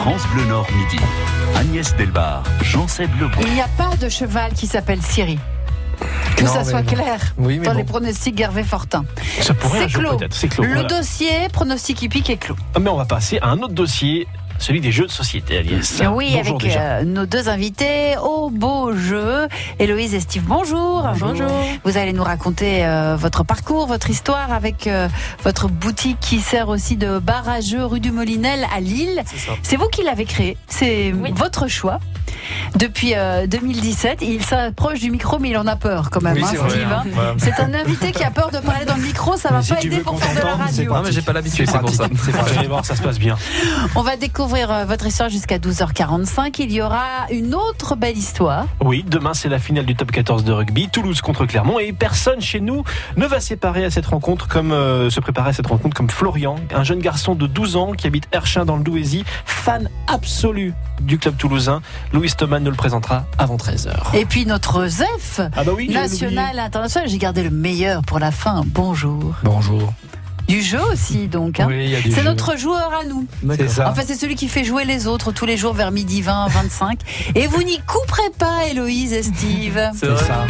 France Bleu Nord midi. Agnès Delbar, Jean-Seb Lebeau. Il n'y a pas de cheval qui s'appelle Siri. Que ça soit clair dans les pronostics Hervé Fortin. Ça pourrait c'est un jour clos. peut-être. C'est clos. Le dossier pronostic hippique est clos. Mais on va passer à un autre dossier, celui des jeux de société, Agnès. Oui, bonjour avec nos deux invités au beau jeu. Héloïse et Steve, bonjour. Bonjour. Vous allez nous raconter votre parcours, votre histoire avec votre boutique qui sert aussi de bar à jeux rue du Molinel à Lille. C'est vous qui l'avez créé, c'est votre choix. Depuis 2017, il s'approche du micro, mais il en a peur quand même, Steve. Ouais. C'est un invité qui a peur de parler dans le micro, ça va pas aider pour faire de la radio. Non, mais j'ai pas l'habitude, c'est pour ça. Vous allez voir, ça se passe bien. On va découvrir votre histoire jusqu'à 12h45. Il y aura une autre belle histoire. Oui, demain c'est la finale du top 14 de rugby, Toulouse contre Clermont, et personne chez nous ne va se préparer à cette rencontre comme Florian, un jeune garçon de 12 ans qui habite Herchin dans le Douaisis, fan absolu du club toulousain. Louis Thomas nous le présentera avant 13h. Et puis notre ZEF, Oui, national et international. J'ai gardé le meilleur pour la fin. Bonjour. Bonjour. Du jeu aussi, donc. Oui, il y a du c'est jeu. notre joueur à nous. C'est ça. Enfin, c'est celui qui fait jouer les autres tous les jours vers midi 20, 25. Et vous n'y couperez pas, Héloïse et Steve. C'est ça.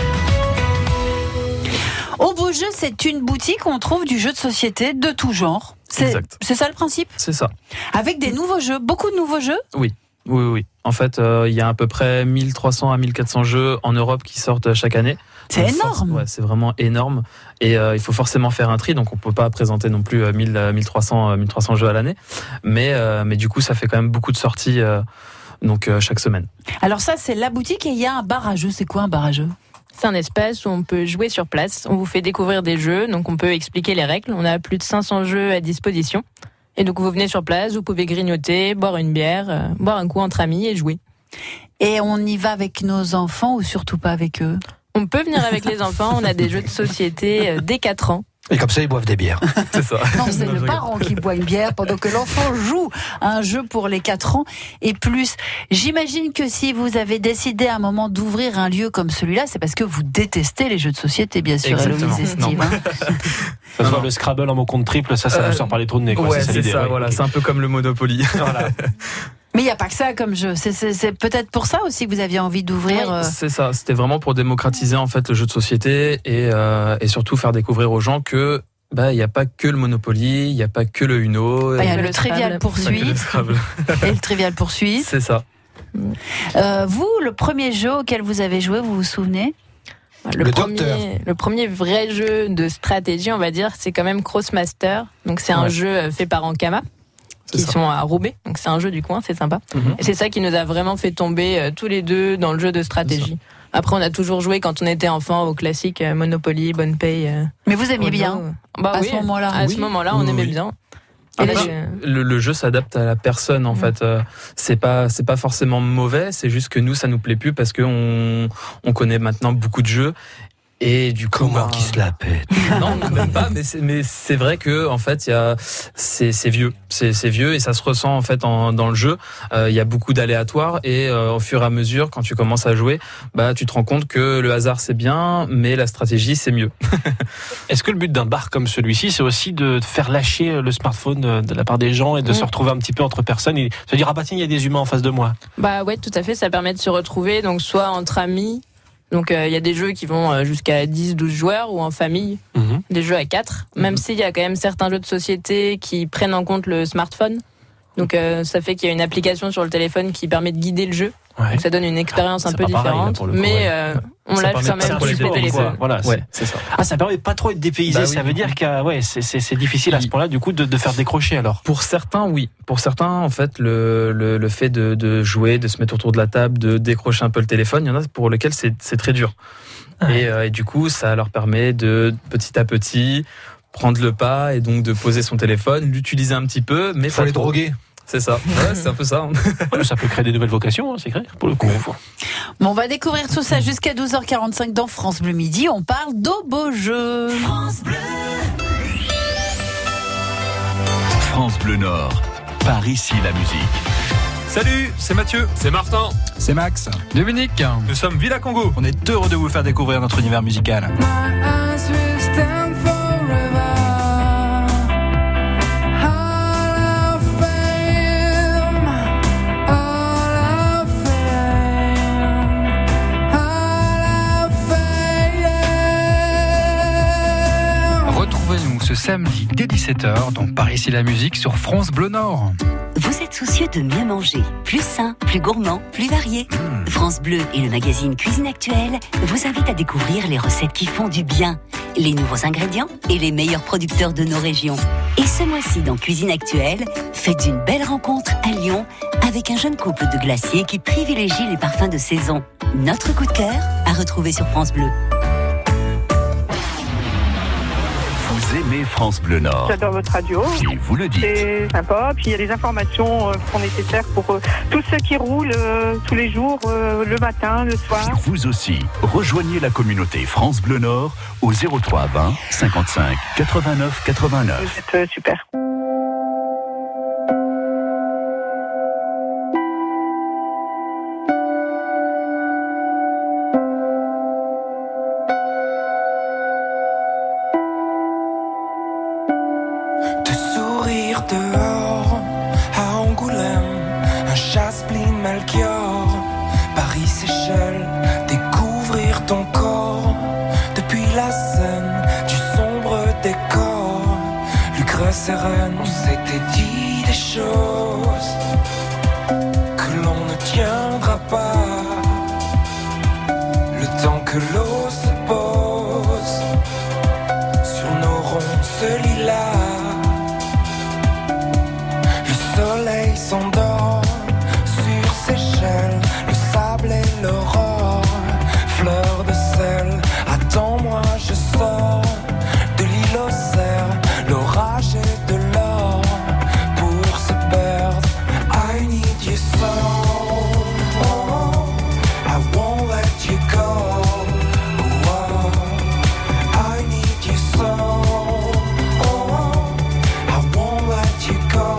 Au beau jeu, c'est une boutique où on trouve du jeu de société de tout genre. Exact. C'est ça le principe ? C'est ça. Avec des nouveaux jeux, beaucoup de nouveaux jeux ? Oui. En fait, il y a à peu près 1300 à 1400 jeux en Europe qui sortent chaque année. C'est énorme. Ouais, c'est vraiment énorme. Et il faut forcément faire un tri, donc on peut pas présenter non plus 1300 jeux à l'année. Mais du coup, ça fait quand même beaucoup de sorties chaque semaine. Alors ça, c'est la boutique et il y a un bar à jeux. C'est quoi un bar à jeux ? C'est un espace où on peut jouer sur place. On vous fait découvrir des jeux, donc on peut expliquer les règles. On a plus de 500 jeux à disposition. Et donc vous venez sur place, vous pouvez grignoter, boire une bière, boire un coup entre amis et jouer. Et on y va avec nos enfants ou surtout pas avec eux ? On peut venir avec les enfants, on a des jeux de société dès 4 ans. Et comme ça, ils boivent des bières. C'est ça. Non, c'est le parent qui boit une bière pendant que l'enfant joue à un jeu pour les 4 ans et plus. J'imagine que si vous avez décidé à un moment d'ouvrir un lieu comme celui-là, c'est parce que vous détestez les jeux de société, bien sûr, Exactement. Héloïse et Steve. Ça soit le Scrabble en mot compte triple, ça nous sort par les trous de nez. Quoi. Ouais, c'est ça, c'est l'idée, ça. ouais. Voilà, c'est un peu comme le Monopoly. Voilà. Mais il n'y a pas que ça comme jeu. C'est peut-être pour ça aussi que vous aviez envie d'ouvrir. C'est ça. C'était vraiment pour démocratiser en fait le jeu de société et surtout faire découvrir aux gens que il n'y a pas que le Monopoly, il n'y a pas que le Uno. Il y a le le Trivial Scrabble. Poursuite et le Trivial Poursuite. C'est ça. Vous, le premier jeu auquel vous avez joué, vous vous souvenez ? Le premier vrai jeu de stratégie, on va dire, c'est quand même Crossmaster. Donc c'est un jeu fait par Ankama, qui sont à Roubaix. Donc c'est un jeu du coin, c'est sympa. Et c'est ça qui nous a vraiment fait tomber tous les deux dans le jeu de stratégie. Après, on a toujours joué quand on était enfant au classique Monopoly, Bonne Paye. Mais vous aimiez bien à ce moment-là. À ce moment-là, on aimait bien. Et le jeu s'adapte à la personne en fait. C'est pas forcément mauvais, c'est juste que nous ça nous plaît plus parce que on connaît maintenant beaucoup de jeux. Et du coup, qui se la pète. Non, même pas. Mais c'est vrai que en fait, c'est vieux, c'est vieux et ça se ressent en fait dans le jeu. Il y a beaucoup d'aléatoires et au fur et à mesure, quand tu commences à jouer, tu te rends compte que le hasard c'est bien, mais la stratégie c'est mieux. Est-ce que le but d'un bar comme celui-ci, c'est aussi de faire lâcher le smartphone de la part des gens et de se retrouver un petit peu entre personnes et se dire tiens, il y a des humains en face de moi. Ouais, tout à fait. Ça permet de se retrouver, donc soit entre amis. Donc il y a des jeux qui vont jusqu'à 10-12 joueurs ou en famille, des jeux à 4, même s'il y a quand même certains jeux de société qui prennent en compte le smartphone. Donc ça fait qu'il y a une application sur le téléphone qui permet de guider le jeu. Ouais. Donc ça donne une expérience un peu différente, pareil, mais on lâche quand même plus le téléphone. Voilà, c'est ça. Ça permet de pas trop être dépaysé. Ça veut dire que c'est difficile à ce point-là du coup de faire décrocher alors. Pour certains, oui. Pour certains, en fait, le fait de jouer, de se mettre autour de la table, de décrocher un peu le téléphone, il y en a pour lesquels c'est très dur. Et du coup, ça leur permet de petit à petit prendre le pas et donc de poser son téléphone, l'utiliser un petit peu, mais faut les droguer. C'est ça, c'est un peu ça. Ça peut créer des nouvelles vocations, c'est clair, pour le coup. Bon, on va découvrir tout ça jusqu'à 12h45 dans France Bleu Midi. On parle d'au beau jeu. France Bleu. France Bleu Nord, par ici la musique. Salut, c'est Mathieu. C'est Martin. C'est Max. Dominique. Nous sommes Villa Congo. On est heureux de vous faire découvrir notre univers musical. samedi dès 17h dans Par ici la musique sur France Bleu Nord. Vous êtes soucieux de mieux manger, plus sain, plus gourmand, plus varié. France Bleu et le magazine Cuisine Actuelle vous invitent à découvrir les recettes qui font du bien, les nouveaux ingrédients et les meilleurs producteurs de nos régions. Et ce mois-ci dans Cuisine Actuelle, faites une belle rencontre à Lyon avec un jeune couple de glaciers qui privilégie les parfums de saison. Notre coup de cœur à retrouver sur France Bleu. Vous aimez France Bleu Nord. J'adore votre radio. Et vous le dites. C'est sympa. Puis il y a des informations qui sont nécessaires pour tous ceux qui roulent tous les jours, le matin, le soir. Vous aussi, rejoignez la communauté France Bleu Nord au 03 20 55 89 89. Vous êtes super. Dehors, à Angoulême, un Chasse-Blin Melchior, Paris, Seychelles, découvrir ton corps, depuis la scène du sombre décor, Lucrèce et Rennes, on s'était dit des choses que l'on ne tiendra pas, le temps que l'eau se pose sur nos ronces lilas. Le soleil s'endort sur Seychelles, le sable et l'aurore, fleur de sel, attends-moi je sors de l'île aux cerfs, l'orage et de l'or pour se perdre. I need you so, I won't let you go, I need you so, I won't let you go.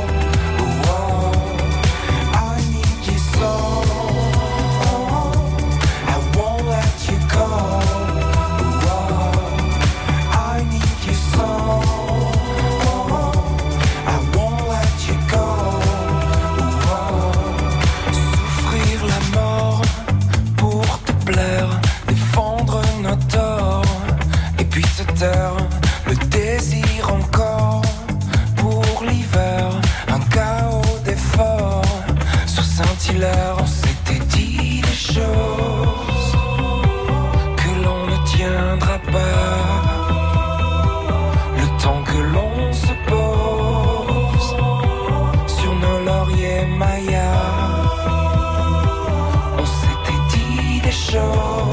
Le désir encore pour l'hiver, un chaos d'efforts sous Saint-Hilaire. On s'était dit des choses que l'on ne tiendra pas, le temps que l'on se pose sur nos lauriers mayas. On s'était dit des choses.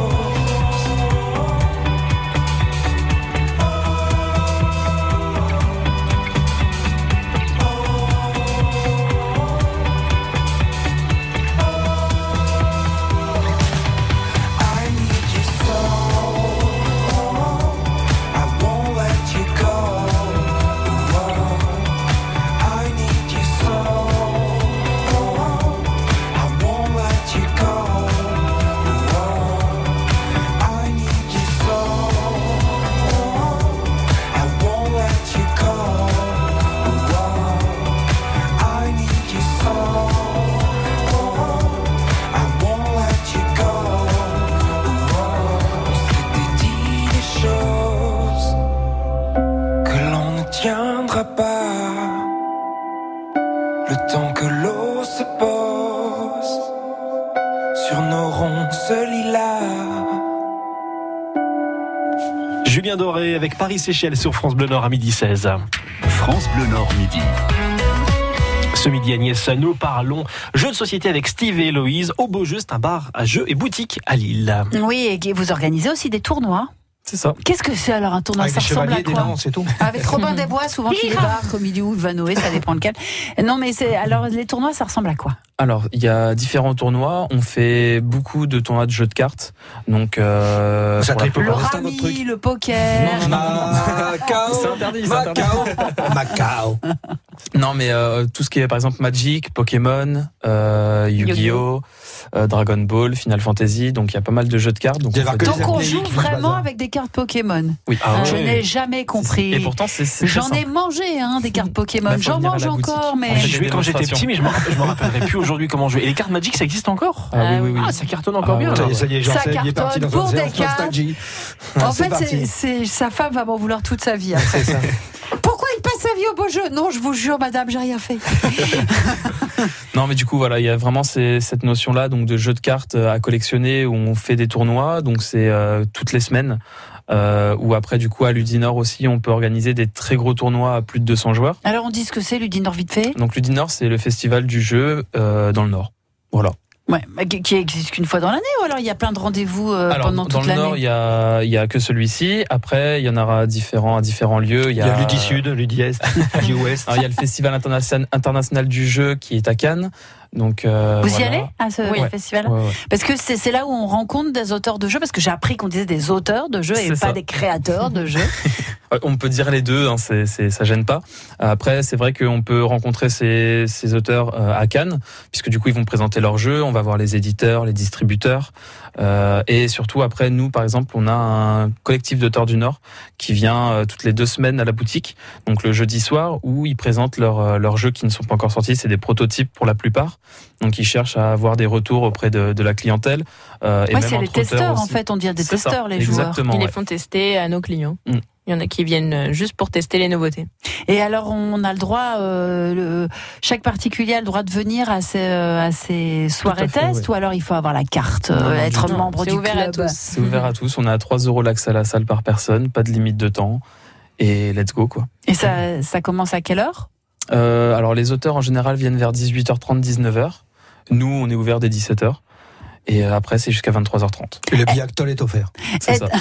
Julien Doré avec Paris-Seychelles sur France Bleu Nord à 12h16. France Bleu Nord midi. Ce midi, Agnès, nous parlons jeux de société avec Steve et Héloïse au Beau Jeu, c'est un bar à jeux et boutique à Lille. Oui, et vous organisez aussi des tournois. C'est ça. Qu'est-ce que c'est alors un tournoi? Avec ça des ressemble à chevaliers, quoi? des nains, c'est tout. Avec Robin des Bois, souvent qui débarque au milieu, ou Vanoé, ça dépend lequel. Non, mais alors les tournois, ça ressemble à quoi? Alors, il y a différents tournois. On fait beaucoup de tournois de jeux de cartes. Donc, ça triple le pas votre rami, truc. le poker. Macao. C'est interdit, c'est interdit. Macao. Non, mais tout ce qui est par exemple Magic, Pokémon, Yu-Gi-Oh, Dragon Ball, Final Fantasy. Donc, il y a pas mal de jeux de cartes. Donc on joue vraiment avec des cartes Pokémon. Oui. Je n'ai jamais compris. Et pourtant, c'est j'en ai mangé des cartes Pokémon. J'en mange encore, mais j'ai joué quand j'étais petit, mais je me rappellerai plus aujourd'hui comment jouer. Et les cartes Magic, ça existe encore? Oui. Ah, ça cartonne encore bien. Ça y est, Ça Jean-Seb, il est parti cartonne dans pour une des séance cartes. nostalgie. En C'est fait, parti. sa femme va m'en vouloir toute sa vie après. C'est ça. sa vie au beau jeu. Non, je vous jure, madame, j'ai rien fait. Non, mais du coup, voilà, il y a vraiment cette notion-là, donc de jeu de cartes à collectionner où on fait des tournois. Donc c'est toutes les semaines. Ou après, du coup, à Ludinor aussi, on peut organiser des très gros tournois à plus de 200 joueurs. Alors, on dit ce que c'est, Ludinor, vite fait. Donc Ludinor, c'est le festival du jeu dans le Nord. Voilà. Ouais, qui existe qu'une fois dans l'année, ou alors il y a plein de rendez-vous pendant toute l'année? Dans le Nord, il y a que celui-ci. Après, il y en aura à différents lieux. Il y a Ludi Sud, Ludi Est, Ludi Ouest. Alors, il y a le Festival international du jeu qui est à Cannes. Donc, vous y allez à ce festival? Ouais. Parce que c'est là où on rencontre des auteurs de jeux, parce que j'ai appris qu'on disait des auteurs de jeux et pas des créateurs de jeux. On peut dire les deux, hein, ça gêne pas. Après, c'est vrai qu'on peut rencontrer ces auteurs à Cannes, puisque du coup ils vont présenter leurs jeux, on va voir les éditeurs, les distributeurs, et surtout après nous, par exemple, on a un collectif d'auteurs du Nord qui vient toutes les 2 semaines à la boutique, donc le jeudi soir, où ils présentent leurs jeux qui ne sont pas encore sortis, c'est des prototypes pour la plupart. Donc ils cherchent à avoir des retours auprès de la clientèle. Et même c'est les testeurs aussi. En fait, on dirait des testeurs ça, les exactement, joueurs. Ils les font tester à nos clients. Il y en a qui viennent juste pour tester les nouveautés. Et alors, on a le droit, chaque particulier a le droit de venir à ces soirées tests, ou alors il faut avoir la carte, être membre du club. C'est ouvert à tous. On a 3 € l'accès à la salle par personne, pas de limite de temps, et let's go quoi. Et ça commence à quelle heure? Alors les auteurs en général viennent vers 18h30, 19h. Nous, on est ouvert dès 17h. Et après, c'est jusqu'à 23h30. Et le billet actuel est offert. C'est ça.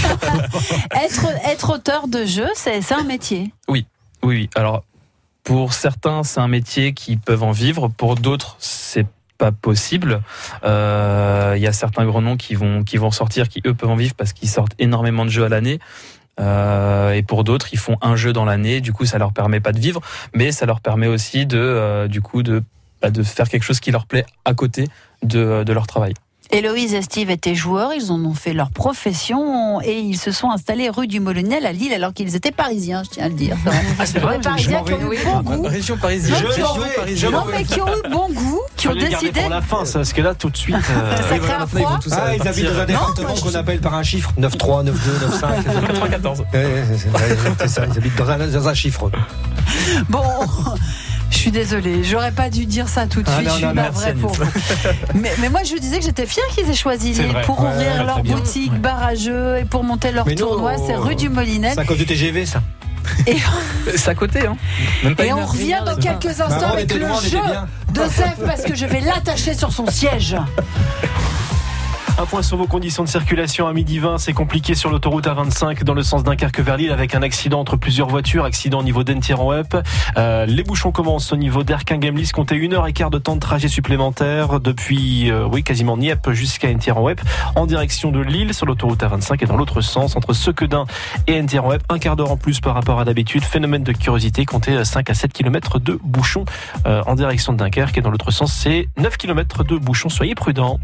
être auteur de jeu, c'est un métier. Oui. Alors, pour certains, c'est un métier qui peuvent en vivre. Pour d'autres, c'est pas possible. Il y a certains grands noms qui vont sortir, qui eux peuvent en vivre parce qu'ils sortent énormément de jeux à l'année. Et pour d'autres, ils font un jeu dans l'année. Du coup, ça leur permet pas de vivre, mais ça leur permet aussi de faire quelque chose qui leur plaît à côté de leur travail. Héloïse et Steve étaient joueurs, ils en ont fait leur profession et ils se sont installés rue du Molinel à Lille alors qu'ils étaient parisiens, je tiens à le dire. C'est vrai, Parisiens qui ont eu bon goût. Région parisienne. Non, mais qui ont eu bon goût, qui ont décidé. Pour la fin, parce que là, tout de suite. Ça crée un froid. Ils habitent dans un département qu'on appelle par un chiffre 9,3, 9,2, 9,5. 94. C'est ça, ils habitent dans un chiffre. Bon. Je suis désolée, j'aurais pas dû dire ça tout de suite, je suis navrée pour vous. Mais moi je disais que j'étais fière qu'ils aient choisi Lille pour ouvrir leur boutique, bar à jeux et pour monter leur tournoi, c'est rue du Molinel. C'est à cause du TGV ça. Et c'est à côté, hein. Même pas et on revient dans quelques instants avec le jeu de Zef parce que je vais l'attacher sur son siège. Un point sur vos conditions de circulation à 12h20, c'est compliqué sur l'autoroute A25 dans le sens Dunkerque vers Lille avec un accident entre plusieurs voitures, accident au niveau d'Entirant-Wep. Les bouchons commencent au niveau d'Erquin-Gemlis, comptez 1h15 de temps de trajet supplémentaire depuis quasiment Nieppe jusqu'à Entirant-Wep en direction de Lille sur l'autoroute A25 et dans l'autre sens entre Sequedin et Entirant-Wep, un quart d'heure en plus par rapport à d'habitude. Phénomène de curiosité, comptez 5 à 7 km de bouchons en direction de Dunkerque et dans l'autre sens c'est 9 km de bouchons, soyez prudents.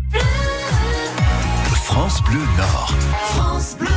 France Bleu Nord. France Bleu.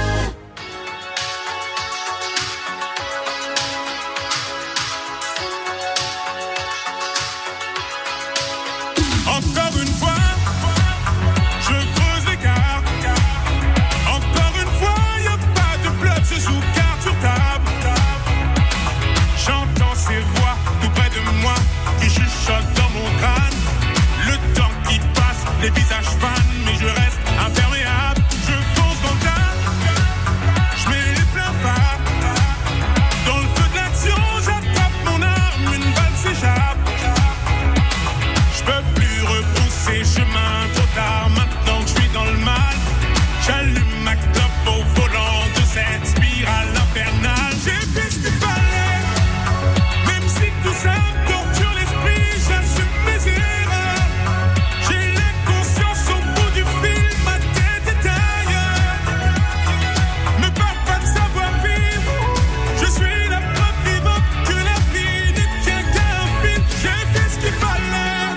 Encore une fois, je creuse l'écart. Encore une fois, y a pas de bluff, je joue carte sur table. J'entends ces voix tout près de moi qui chuchotent dans mon crâne. Le temps qui passe, les visages fanent, mais je reste imperméable. Je fonce dans le tas, je mets les pleins phares. Dans le feu de l'action, j'attrape mon arme, une balle s'échappe. Je peux plus repousser chemin trop tard, maintenant que je suis dans le mal. J'allume ma clope au volant de cette spirale infernale. J'ai fait ce qu'il fallait, même si tout ça me torture l'esprit, j'assume mes erreurs. J'ai la conscience au bout du fil, ma tête est ailleurs. Me parle pas de savoir vivre, je suis la preuve vivante que la vie ne tient qu'à un fil. J'ai fait ce qu'il fallait.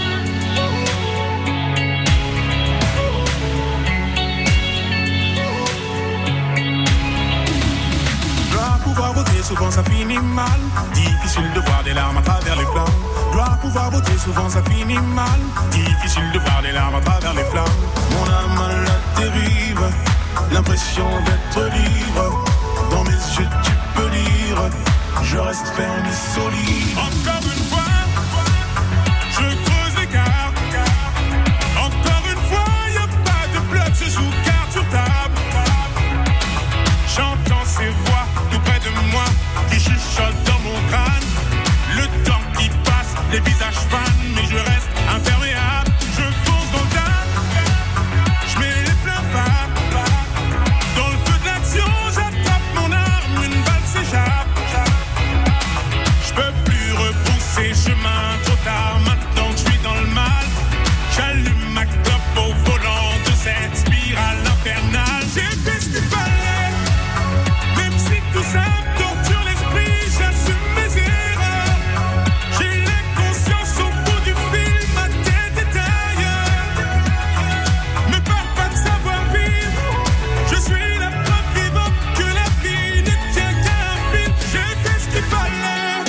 Dois pouvoir voter, souvent ça finit mal. Difficile de voir des larmes à travers les flammes. Dois pouvoir voter, souvent ça finit mal. Difficile de voir des larmes à travers les flammes. Mon âme à la dérive, l'impression d'être libre. Dans mes yeux tu peux lire, je reste reste ferme et solide. Encore une fois, je creuse l'écart. Encore une fois, y a pas de bluff, je joue carte sur table. J'entends ces voix tout près de moi qui chuchotent dans mon crâne. Le temps qui passe, les visages fans, mais je reste imperméable. Je fonce dans le tas, je mets les pleins phares. Dans le feu de l'action, j'attrape mon arme, une balle s'échappe. Je peux plus repousser chemin trop tard, maintenant que je suis dans le mal. J'allume ma clope au volant de cette spirale infernale. J'ai fait ce qu'il fallait, même si tout ça me torture l'esprit, j'assume mes erreurs. J'ai la conscience au bout du fil, ma tête est ailleurs. Me parle pas de savoir vivre, je suis la preuve vivante que la vie ne tient qu'à un fil. J'ai fait ce qu'il fallait.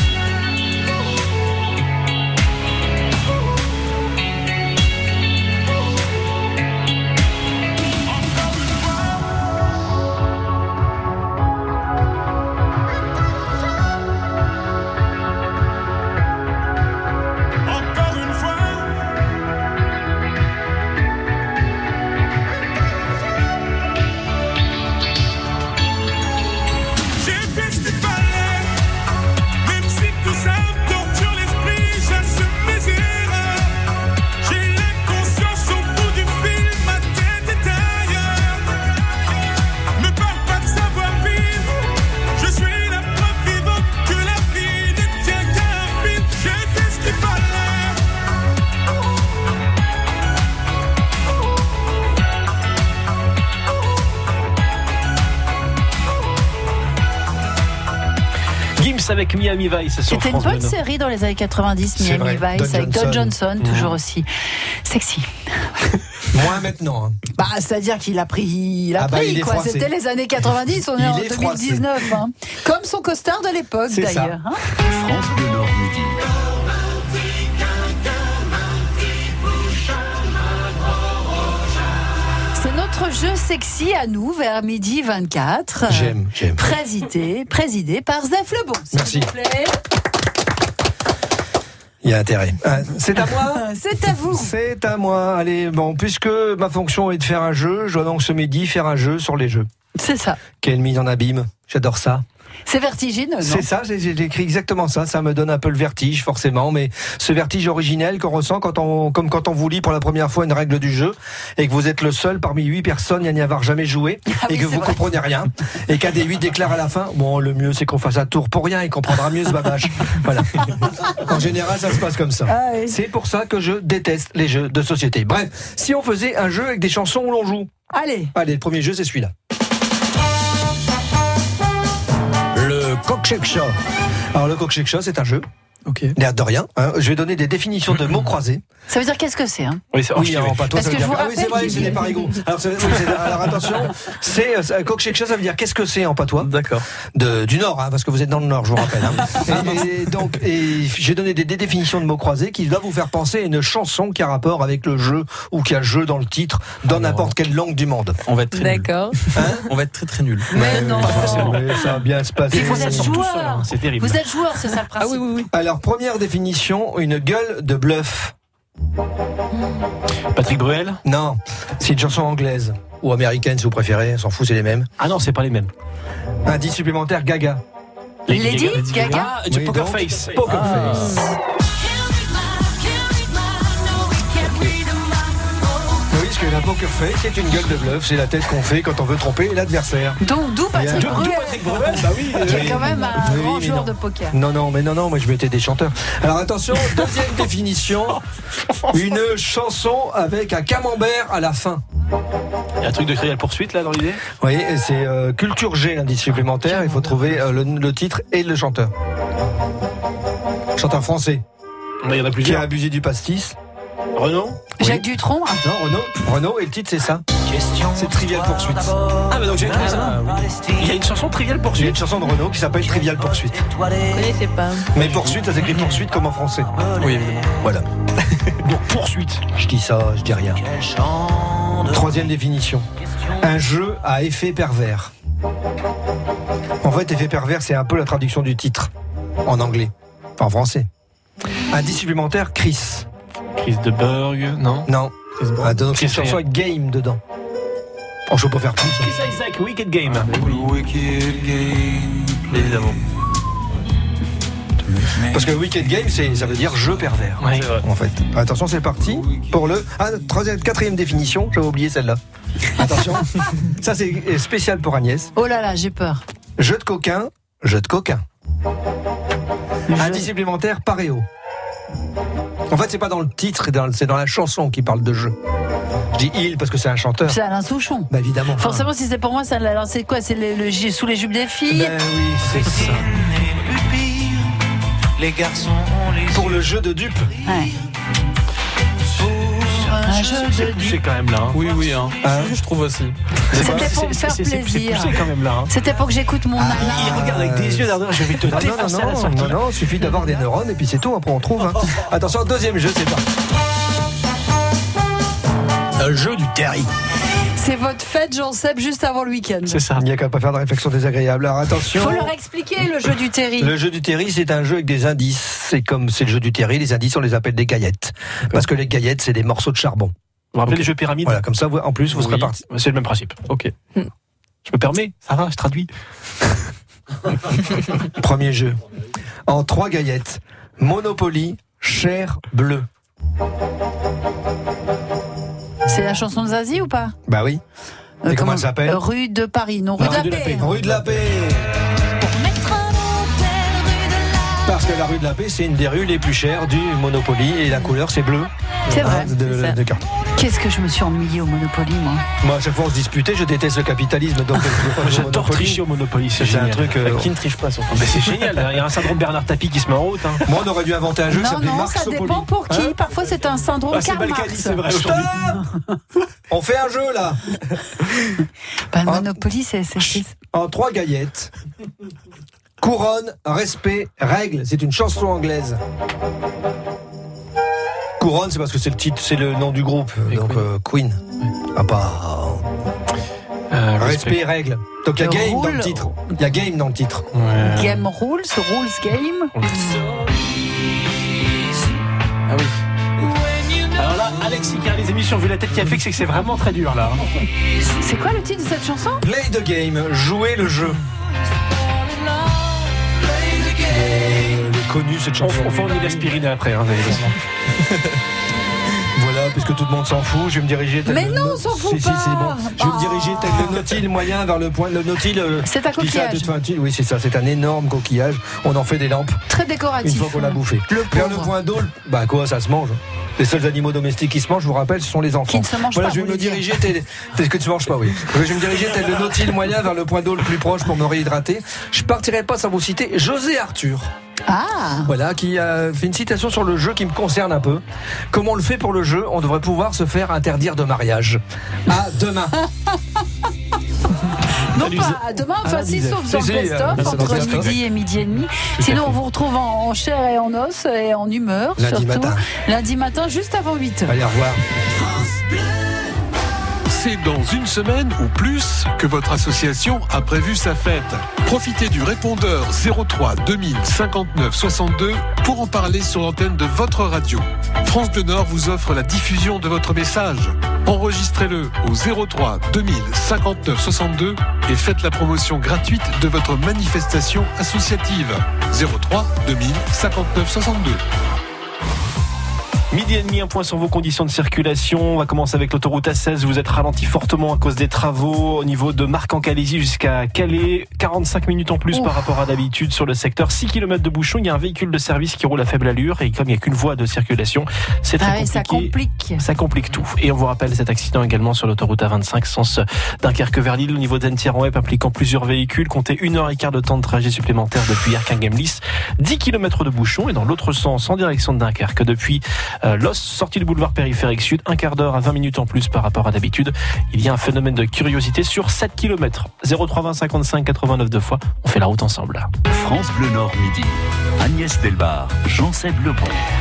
Encore une fois. J'ai fait ce qu'il fallait, même si tout ça me torture l'esprit, j'assume mes erreurs. J'ai la conscience au bout du fil, ma tête est ailleurs. Me parle pas de savoir vivre, je suis la preuve vivante que la vie ne tient qu'à un fil. J'ai fait ce qu'il fallait. Gims avec Miami Vice sur C'était une France bonne Bleu. série dans les années 90, C'est Miami vrai. Vice, Don avec Don Johnson. Johnson, toujours aussi sexy. Moins maintenant. Hein. Bah, c'est-à-dire qu'il a pris, il est quoi. froissé. C'était les années 90, on est Il en est 2019. Hein. Comme son costard de l'époque, C'est ça. d'ailleurs. Hein. France Bleu Nord midi. C'est notre jeu sexy à nous, vers midi 24. J'aime. Présidé par Zef Lebon. s'il Merci. vous plaît. Il y a intérêt. C'est à moi. C'est à vous. C'est à moi. Allez, bon, puisque ma fonction est de faire un jeu, je dois donc ce midi faire un jeu sur les jeux. C'est ça. Quelle mise en abîme. J'adore ça. C'est vertigineux, non? C'est ça, j'ai écrit exactement ça. Ça me donne un peu le vertige, forcément, mais ce vertige originel qu'on ressent comme quand on vous lit pour la première fois une règle du jeu et que vous êtes le seul parmi 8 personnes à n'y avoir jamais joué et que vous comprenez rien et qu'un des 8 déclare à la fin, bon, le mieux c'est qu'on fasse un tour pour rien et qu'on prendra mieux ce babage. Voilà. En général, ça se passe comme ça. Ah oui. C'est pour ça que je déteste les jeux de société. Bref, si on faisait un jeu avec des chansons où l'on joue. Allez, le premier jeu, c'est celui-là. Le Coq-Shake Show. Alors, le Coq-Shake Show, c'est un jeu. Ok. L'air de rien. Hein. Je vais donner des définitions de mots croisés. ça veut dire qu'est-ce que c'est, hein? Oui, c'est Oui, en patois, Parce ça veut que je dire. vous Ah oui, c'est rappelle vrai, qu'il c'est y a- des parigots. Alors attention, c'est un Coq-Shake Show, ça veut dire qu'est-ce que c'est en patois? D'accord. Du Nord, hein, parce que vous êtes dans le Nord, je vous rappelle. Hein. Et j'ai donné des définitions de mots croisés qui doivent vous faire penser à une chanson qui a rapport avec le jeu ou qui a jeu dans le titre, dans n'importe quelle langue du monde. On va être très nul. D'accord. On va être très très nul. Mais non. Mais ça va bien se passer. Et vous êtes sort tout joueur. seul, hein, c'est terrible. Vous êtes joueur, c'est ça le principe. oui. Alors, première définition, une gueule de bluff. Patrick Bruel? Non, c'est une chanson anglaise ou américaine si vous préférez, on s'en fout, c'est les mêmes. Ah non, c'est pas les mêmes. Indice supplémentaire, Gaga. Lady Gaga. Ah, du Oui, Poker donc, Face. Poker Face. Oui, parce que la Poker Face, c'est une gueule de bluff, c'est la tête qu'on fait quand on veut tromper l'adversaire. Donc, d'où Patrick D'où Bruel. Patrick Bruel, bah oui. Qui est quand même un Oui, grand mais joueur non. de poker. Non, moi je mettais des chanteurs. Alors attention, deuxième définition, une chanson avec un camembert à la fin. Il y a un truc de Trivial Poursuite là dans l'idée? Oui, et c'est Culture G, l'indice supplémentaire, il faut trouver le titre et le chanteur. Chanteur français, Il y en a qui a plusieurs. abusé du pastis. Renaud? Jacques Dutronc. hein. Non, Renaud, et le titre c'est ça. C'est Trivial Poursuite. Ah, bah donc j'ai trouvé ça. Il y a une chanson Trivial Il y a Poursuite. une chanson de Renaud qui s'appelle Trivial Poursuite. Je connaissais pas. Mais Poursuite, ça s'écrit Poursuite comme en français. Oui, évidemment. Voilà. Donc poursuite. Je dis ça, je dis rien. Troisième définition. Un jeu à effet pervers. En fait, effet pervers, c'est un peu la traduction du titre. En anglais. En français. Indice supplémentaire, Chris. Chris de Berg, non? Non. Donc c'est une chanson avec Game dedans. Oh, je peux pas faire plus. Chris Isaac, Wicked Game. Wicked game. Évidemment. Parce que Wicked Game, ça veut dire jeu pervers. Ouais. En fait. Attention, c'est parti pour le 4e définition. J'avais oublié celle-là. Attention. Ça, c'est spécial pour Agnès. Oh là là, j'ai peur. Jeu de coquin, jeu de coquin. Indice supplémentaire, paréo. En fait, c'est pas dans le titre, c'est dans la chanson qui parle de jeu. Je dis il parce que c'est un chanteur. C'est Alain Souchon. Bah évidemment. Forcément, si c'est pour moi, c'est quoi? C'est sous les jupes des filles? Ben oui, c'est ça. Les garçons, pour le jeu de dupes. Ouais. Un jeu de dupes. C'est quand même là. Hein. Oui, hein. Je trouve aussi. C'était pour me faire plaisir. C'est quand même là. Hein. C'était pour que j'écoute mon Alain. Il regarde avec des yeux d'ardeur. Je vais te défoncer à la sortie. Non, il suffit d'avoir des neurones et puis c'est tout. Après, on trouve. Hein. Attention, 2e jeu, c'est parti. Un jeu du Terry. C'est votre fête, Jean-Seb, juste avant le week-end. C'est ça. Il n'y a qu'à pas faire de réflexion désagréable. Alors attention. Faut leur expliquer le jeu du Terry. Le jeu du Terry, c'est un jeu avec des indices. C'est comme c'est le jeu du Terry, les indices, on les appelle des gaillettes. Parce que les gaillettes, c'est des morceaux de charbon. Vous vous rappelez les jeux pyramides? Voilà, comme ça, en plus, vous serez parti. C'est le même principe. Ok. Je me permets, ça va, je traduis. Premier jeu. En 3 gaillettes. Monopoly, chair bleue. C'est la chanson de Zazie ou pas? Bah oui. Et comment elle s'appelle? Rue de Paris, non, rue de la Paix. Rue de la Paix. Parce que la rue de la Paix, c'est une des rues les plus chères du Monopoly et la couleur, c'est bleu. C'est vrai. De cartes. Qu'est-ce que je me suis ennuyée au Monopoly, moi. Moi, à chaque fois, on se disputait. Je déteste le capitalisme. Donc, j'adore tricher au Monopoly. C'est un truc qui ne triche pas. Mais c'est génial. Il y a un syndrome Bernard Tapie qui se met en route. Hein. Moi, on aurait dû inventer un jeu qui s'appelait Marxopoly. Ça dépend pour qui. Parfois, c'est un syndrome Karl Marx. C'est vrai. On fait un jeu, là. Bah, le Monopoly, c'est... En 3 gaillettes. Couronne, respect, règle. C'est une chanson anglaise. Couronne, c'est parce que c'est le titre, c'est le nom du groupe. Donc Queen. Ah pas. Respect, règle. Donc il y a game dans le titre. Il y a game dans le titre. Ouais. Game rules, rules game. Ah oui. Alors là, Alexis qui a les émissions, vu la tête qu'il a fait, c'est que c'est vraiment très dur là. C'est quoi le titre de cette chanson? Play the game, jouer le jeu. Connu cette chanson. On fournit l'aspirine après. Hein, voilà, puisque tout le monde s'en fout, je vais me diriger. Mais non, on s'en fout pas. Si, c'est bon. Je vais me diriger tel le nautile moyen vers le point. Le nautile. C'est un coquillage. Oui, c'est ça. C'est un énorme coquillage. On en fait des lampes. Très décoratif. Une fois qu'on l'a bouffé. Vers le point d'eau, bah quoi, ça se mange. Les seuls animaux domestiques qui se mangent, je vous rappelle, ce sont les enfants. Qui ne se mangent voilà, pas. Je vais me diriger tel que tu manges pas, oui. Je vais me diriger tel le nautile moyen vers le point d'eau le plus proche pour me réhydrater. Je partirai pas sans vous citer José Arthur. Ah. Voilà, qui a fait une citation sur le jeu qui me concerne un peu. Comme on le fait pour le jeu, on devrait pouvoir se faire interdire de mariage. À demain. Non, pas à demain, enfin si, sauf dans le best-of, entre midi et midi et demi. Sinon, on vous retrouve en chair et en os et en humeur, lundi surtout. Matin. Lundi matin, juste avant 8h. Allez, au revoir. C'est dans une semaine ou plus que votre association a prévu sa fête. Profitez du répondeur 03 2000 59 62 pour en parler sur l'antenne de votre radio. France Bleu Nord vous offre la diffusion de votre message. Enregistrez-le au 03 2000 59 62 et faites la promotion gratuite de votre manifestation associative. 03 2000 59 62. Midi et demi, un point sur vos conditions de circulation. On va commencer avec l'autoroute A16. Vous êtes ralenti fortement à cause des travaux au niveau de Marc-en-Calaisis jusqu'à Calais. 45 minutes en plus par rapport à d'habitude sur le secteur. 6 km de bouchon. Il y a un véhicule de service qui roule à faible allure et comme il n'y a qu'une voie de circulation, c'est très compliqué. Ça complique tout. Et on vous rappelle cet accident également sur l'autoroute A25 sens Dunkerque vers Lille au niveau d'Enthierry-en-Epte impliquant plusieurs véhicules. Comptez 1h15 de temps de trajet supplémentaire depuis Erquinghem-Lys. 10 km de bouchon et dans l'autre sens en direction de Dunkerque depuis Los, sortie du boulevard périphérique sud, un quart d'heure à 20 minutes en plus par rapport à d'habitude. Il y a un phénomène de curiosité sur 7 km. 03 20 55 89 deux fois. On fait la route ensemble. France Bleu Nord midi. Agnès Delbar, Jean-Seb Lebon.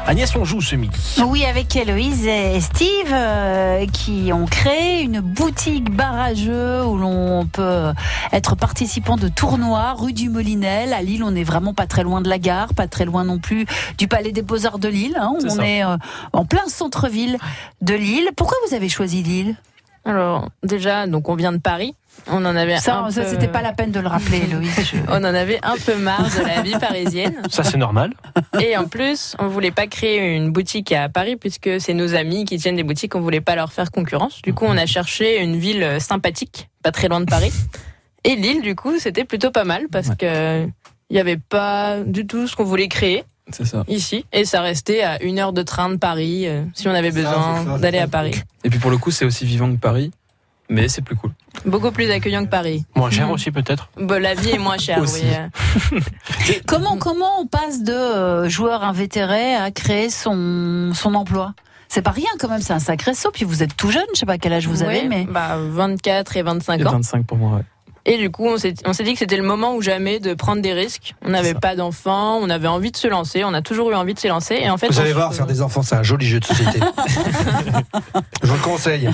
Agnès, on joue ce midi. Oui, avec Héloïse et Steve qui ont créé une boutique bar à jeux où l'on peut être participant de tournois rue du Molinel. À Lille, on n'est vraiment pas très loin de la gare, pas très loin non plus du Palais des Beaux-Arts de Lille. On est en plein centre-ville de Lille. Pourquoi vous avez choisi Lille ? Alors, déjà, donc on vient de Paris. On en avait c'était pas la peine de le rappeler, Héloïse. On en avait un peu marre de la vie parisienne. Ça, c'est normal. Et en plus, on voulait pas créer une boutique à Paris puisque c'est nos amis qui tiennent des boutiques. On voulait pas leur faire concurrence. Du coup, on a cherché une ville sympathique, pas très loin de Paris. Et Lille, du coup, c'était plutôt pas mal parce que il y avait pas du tout ce qu'on voulait créer. C'est ça. Ici. Et ça restait à 1 heure de train de Paris si on avait besoin d'aller à Paris. Et puis pour le coup, c'est aussi vivant que Paris. Mais c'est plus cool. Beaucoup plus accueillant que Paris. Moins cher aussi peut-être. Bon, la vie est moins chère, oui. Comment on passe de joueur invétéré à créer son emploi ? C'est pas rien quand même, c'est un sacré saut. Puis vous êtes tout jeune, je sais pas quel âge vous avez, mais 24 et 25 ans. 25 pour moi, ouais. Et du coup, on s'est dit que c'était le moment ou jamais de prendre des risques. On n'avait pas d'enfants, on avait envie de se lancer, on a toujours eu envie de se lancer. Et en fait, vous allez voir, faire des enfants, c'est un joli jeu de société. Je vous le conseille.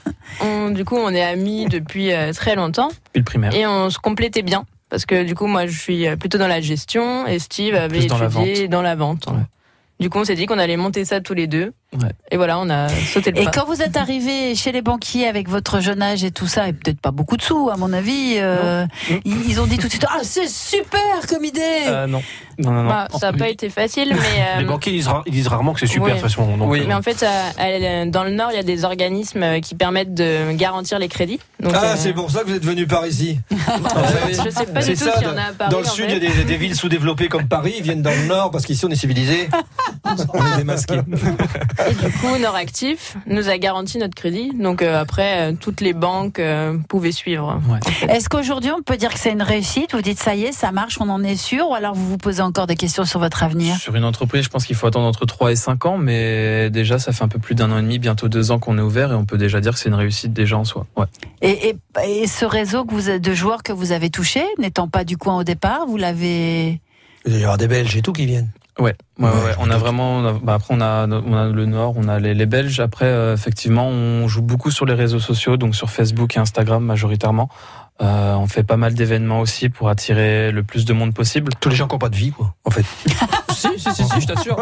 Du coup, on est amis depuis très longtemps. Depuis le primaire. Et on se complétait bien. Parce que du coup, moi, je suis plutôt dans la gestion et Steve avait étudié dans la vente. Ouais. Du coup, on s'est dit qu'on allait monter ça tous les deux. Ouais. Et voilà, on a sauté le pas. Et quand vous êtes arrivé chez les banquiers avec votre jeune âge et tout ça, et peut-être pas beaucoup de sous, à mon avis, ils ont dit tout de suite, c'est super comme idée. Non. Bah, ça n'a pas été facile, mais les banquiers ils disent rarement que c'est super de toute façon. Donc, mais en fait, dans le Nord, il y a des organismes qui permettent de garantir les crédits. Donc, c'est pour ça que vous êtes venu par ici. Je sais pas du tout s'il y en a à Paris. Dans le sud, il y a des villes sous-développées comme Paris, ils viennent dans le Nord parce qu'ici on est civilisés. On est démasqués. Et du coup, Noractif nous a garanti notre crédit. Donc après, toutes les banques pouvaient suivre. Ouais. Est-ce qu'aujourd'hui, on peut dire que c'est une réussite ? Vous dites, ça y est, ça marche, on en est sûr ? Ou alors vous vous posez encore des questions sur votre avenir ? Sur une entreprise, je pense qu'il faut attendre entre 3 et 5 ans. Mais déjà, ça fait un peu plus d'1 an et demi, bientôt 2 ans qu'on est ouvert. Et on peut déjà dire que c'est une réussite déjà en soi. Ouais. Et ce réseau de joueurs que vous avez touché, n'étant pas du coin au départ, vous l'avez... Il doit y avoir des Belges et tout qui viennent. Ouais. On a vraiment. Après, on a le Nord, on a les Belges. Après, effectivement, on joue beaucoup sur les réseaux sociaux, donc sur Facebook et Instagram majoritairement. On fait pas mal d'événements aussi pour attirer le plus de monde possible. Tous les gens qui n'ont pas de vie, quoi, en fait. si, je t'assure.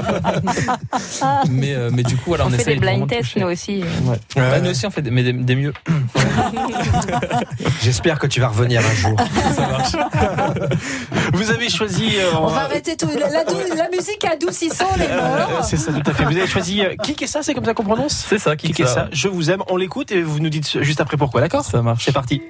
mais du coup, voilà, on fait essaie des blind tests, nous aussi. Ouais. Nous aussi, on fait des mieux. J'espère que tu vas revenir un jour. Ça marche. Vous avez choisi. On va arrêter tout. La musique adoucissant les morts. C'est ça, tout à fait. Vous avez choisi Kik et ça, c'est comme ça qu'on prononce ? C'est ça, Kik et ça. Je vous aime. On l'écoute et vous nous dites juste après pourquoi, d'accord ? Ça marche. C'est parti.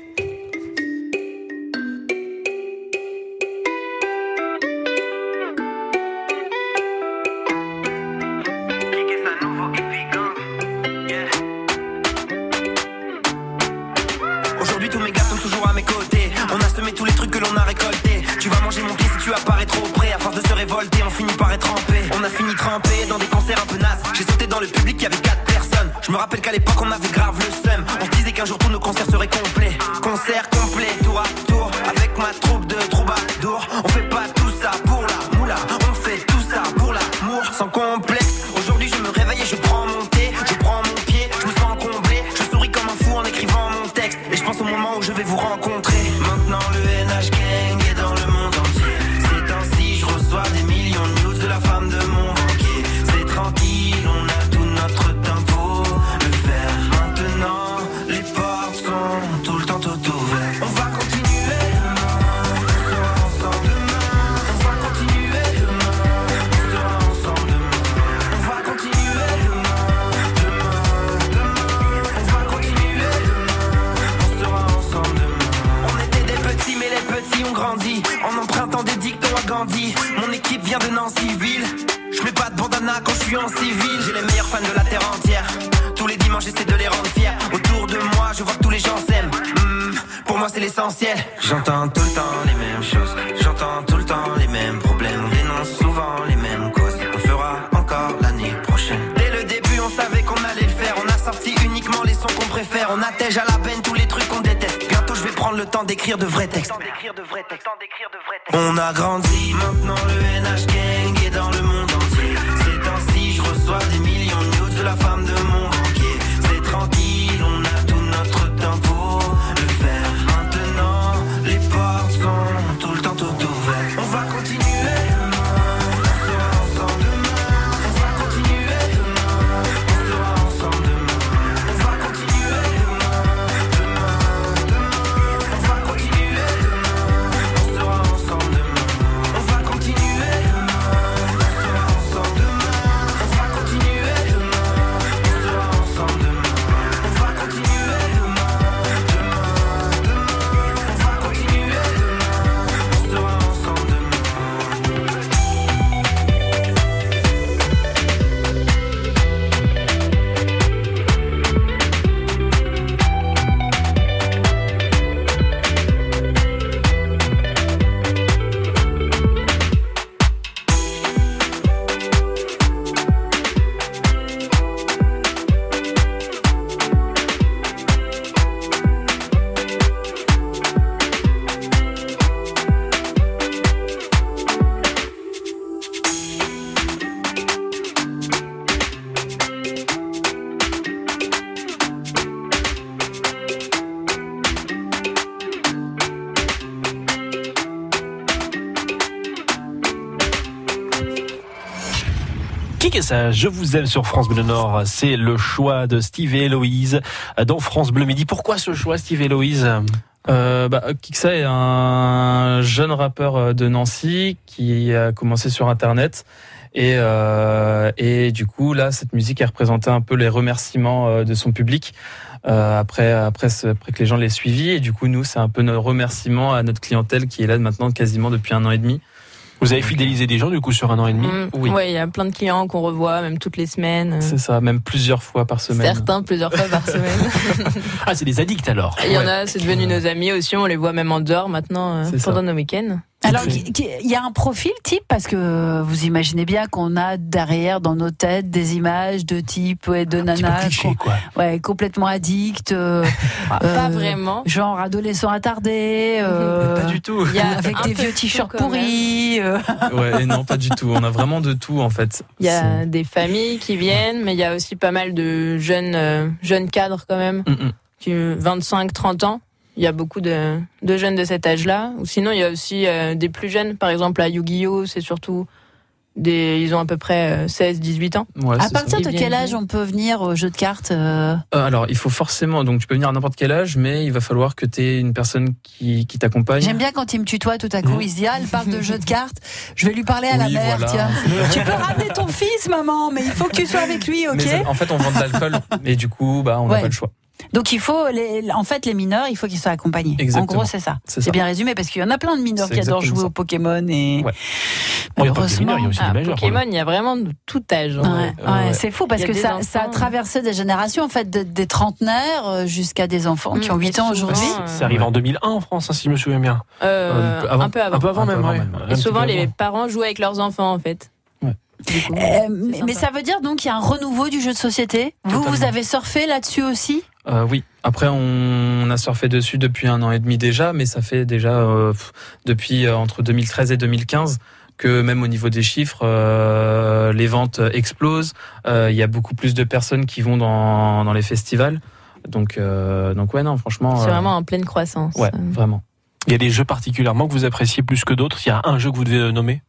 Aujourd'hui tous mes gars sont toujours à mes côtés. On a semé tous les trucs que l'on a récoltés. Tu vas manger mon pied si tu apparais trop près. À force de se révolter, on finit par être trempé. On a fini trempé dans des concerts un peu nazes. J'ai sauté dans le public, il y avait 4 personnes. Je me rappelle qu'à l'époque on avait grave le seum. On se disait qu'un jour tous nos concerts seraient complets. Concert complet, tour à tour, avec ma troupe de troubadours. On fait pas tout ça pour la moula, on fait tout ça pour l'amour. Sans complexe, aujourd'hui je me réveille et je prends mon thé. Je prends mon pied, je me sens comblé. Je souris comme un fou en écrivant mon texte. Et je pense au moment où je vais vous rencontrer. Maintenant le NH Gang est dans le monde entier. Ces temps-ci je reçois des millions de news de la femme de mon banquier. C'est tranquille, on a tout notre temps pour le faire. Maintenant les portes sont tout le temps tout ouvertes. On va continuer demain, on sera ensemble demain. On va continuer demain, on sera ensemble demain. On va continuer demain, on va continuer demain, on sera ensemble demain. On était des petits mais les petits ont grandi en empruntant des dictons à Gandhi. Mon équipe vient de Nancy-Ville. Je mets pas de bandana quand je suis en civil. J'ai les meilleurs fans de la terre entière. Tous les dimanches j'essaie de les rendre fiers. Autour de moi je vois que tous les gens s'aiment. Pour moi c'est l'essentiel. J'entends tout le temps les mêmes choses. J'entends tout le temps les mêmes problèmes. On dénonce souvent les mêmes causes. On fera encore l'année prochaine. Dès le début on savait qu'on allait le faire. On a sorti uniquement les sons qu'on préfère. On attège à la benne tous les trucs qu'on déteste. Bientôt je vais prendre le temps d'écrire de vrais textes. On a grandi, maintenant le NH Gang est dans le monde entier. C'est reçoit des millions de news de la femme de mon banquier. C'est tranquille, on a tout notre temps pour le faire. Maintenant, les portes sont tout le temps tout ouvertes. On va continuer demain, on sera ensemble demain. On va continuer demain, on sera ensemble demain. On va continuer demain, on va continuer demain, on sera ensemble demain. On va continuer demain, on sera ensemble demain. On va continuer demain, on sera ensemble demain. On va continuer demain, on va continuer demain, on sera ensemble demain. Qui est ça? Je vous aime sur France Bleu Nord. C'est le choix de Steve et Héloïse dans France Bleu Midi. Pourquoi ce choix, Steve et Héloïse? Kiksa est un jeune rappeur de Nancy qui a commencé sur Internet. Et du coup, là, cette musique a représenté un peu les remerciements de son public après que les gens l'aient suivi. Et du coup, nous, c'est un peu nos remerciements à notre clientèle qui est là maintenant quasiment depuis 1 an et demi. Vous avez fidélisé des gens du coup sur 1 an et demi? Oui. Ouais, il y a plein de clients qu'on revoit, même toutes les semaines. C'est ça, même plusieurs fois par semaine. Certains plusieurs fois par semaine. Ah, c'est des addicts alors. Il y en a, c'est devenu nos amis aussi, on les voit même en dehors maintenant pendant nos week-ends. Alors, il y a un profil type, parce que vous imaginez bien qu'on a derrière dans nos têtes des images de type de nanas cliché, quoi. Ouais, complètement addicts, pas vraiment, genre adolescents attardés, pas du tout. Avec des vieux t-shirts pourris. Ouais, non, pas du tout. On a vraiment de tout en fait. Il y a des familles qui viennent, mais il y a aussi pas mal de jeunes cadres quand même, qui 25-30 ans. Il y a beaucoup de jeunes de cet âge-là. Ou sinon, il y a aussi des plus jeunes. Par exemple, à Yu-Gi-Oh, c'est surtout ils ont à peu près 16-18 ans. Ouais, à partir de quel âge on peut venir au jeu de cartes Alors, il faut forcément... Donc, tu peux venir à n'importe quel âge, mais il va falloir que tu aies une personne qui t'accompagne. J'aime bien quand il me tutoie tout à coup. Il se dit, elle parle de jeu de cartes. Je vais lui parler à la mère, voilà. Tiens. Tu peux ramener ton fils, maman, mais il faut que tu sois avec lui, ok? Mais en fait, on vend de l'alcool, et du coup, on n'a pas le choix. Donc il faut les mineurs, il faut qu'ils soient accompagnés. Exactement. En gros, c'est ça. C'est bien résumé parce qu'il y en a plein de mineurs qui adorent jouer au Pokémon et malheureusement, il y a aussi des majeurs. Pokémon, il y a vraiment de tout âge. Ouais, c'est fou parce que ça a traversé des générations en fait, des trentenaires jusqu'à des enfants qui ont 8 ans aujourd'hui. Ça arrive en 2001 en France, si je me souviens bien. Un peu avant. Un peu avant même. Et souvent, les parents jouent avec leurs enfants en fait. Coup, mais ça veut dire donc qu'il y a un renouveau du jeu de société. Vous avez surfé là-dessus aussi? Oui. Après, on a surfé dessus depuis 1 an et demi déjà, mais ça fait déjà depuis entre 2013 et 2015 que même au niveau des chiffres, les ventes explosent. Il y a beaucoup plus de personnes qui vont dans les festivals. Donc ouais, non, franchement. C'est vraiment en pleine croissance. Ouais, vraiment. Il y a des jeux particulièrement que vous appréciez plus que d'autres? Il y a un jeu que vous devez nommer?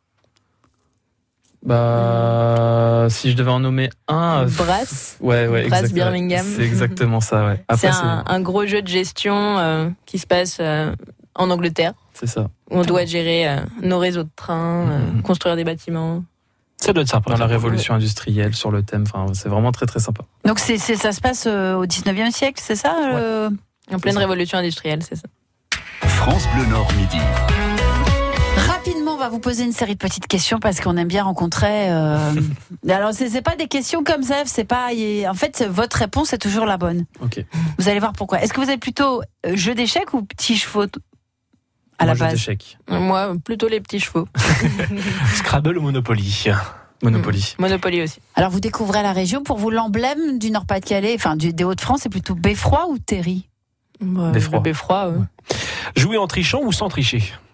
Si je devais en nommer un, Brass. Ouais, Brass Birmingham. C'est exactement ça, ouais. Après, c'est un gros jeu de gestion qui se passe en Angleterre. C'est ça. Où on doit gérer nos réseaux de trains, construire des bâtiments. Ça doit être sympa. Dans la révolution industrielle, sur le thème, c'est vraiment très très sympa. Donc ça se passe au 19e siècle, c'est ça? En pleine révolution industrielle, c'est ça. France Bleu Nord Midi. Rapidement, on va vous poser une série de petites questions parce qu'on aime bien rencontrer. Alors, c'est pas des questions comme ça. C'est pas. En fait, votre réponse est toujours la bonne. Ok. Vous allez voir pourquoi. Est-ce que vous êtes plutôt jeu d'échecs ou petits chevaux à la base? Jeu d'échecs. Moi, plutôt les petits chevaux. Scrabble ou Monopoly? Monopoly. Monopoly aussi. Alors, vous découvrez la région. Pour vous, l'emblème du Nord-Pas-de-Calais, enfin des Hauts-de-France, c'est plutôt Beffroi ou Terry? Beffroi. Beffroi. Jouer en trichant ou sans tricher?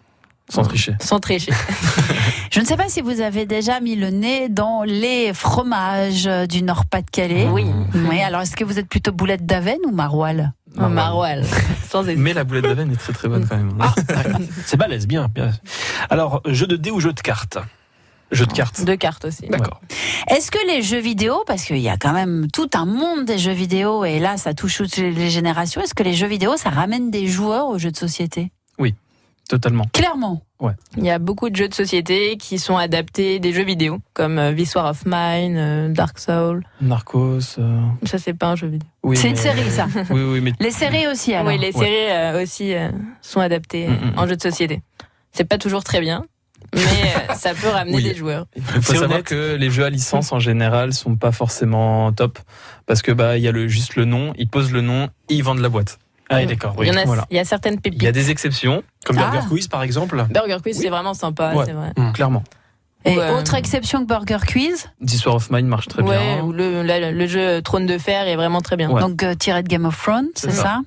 Sans tricher. Sans tricher. Je ne sais pas si vous avez déjà mis le nez dans les fromages du Nord-Pas-de-Calais. Oui. Oui. Alors, est-ce que vous êtes plutôt boulette d'Avesnes ou maroilles? Maroilles. Mais la boulette d'Avesnes est très très bonne quand même. C'est balèze, bien. Alors, jeu de dés ou jeu de cartes? Jeu de cartes. De cartes aussi. D'accord. Est-ce que les jeux vidéo, parce qu'il y a quand même tout un monde des jeux vidéo, et là, ça touche toutes les générations, est-ce que les jeux vidéo, ça ramène des joueurs aux jeux de société? Oui, totalement. Clairement. Ouais. Il y a beaucoup de jeux de société qui sont adaptés des jeux vidéo, comme This War of Mine, Dark Souls. Narcos. Ça, c'est pas un jeu vidéo. Oui, c'est une série, ça. Oui, mais les séries aussi, alors. Oui, les séries aussi sont adaptées en jeu de société. C'est pas toujours très bien, mais ça peut ramener des joueurs. Il faut savoir que les jeux à licence en général sont pas forcément top, parce que il y a juste le nom, ils posent le nom et ils vendent la boîte. Ah oui, d'accord. Oui. Il y a certaines pépites. Il y a des exceptions. Comme Burger Quiz, par exemple. Burger Quiz, c'est vraiment sympa, c'est vrai. Clairement. Et autre exception que Burger Quiz? This War of Mine marche très bien. Ou le jeu Trône de Fer est vraiment très bien. Donc tiré de Game of Thrones, c'est ça?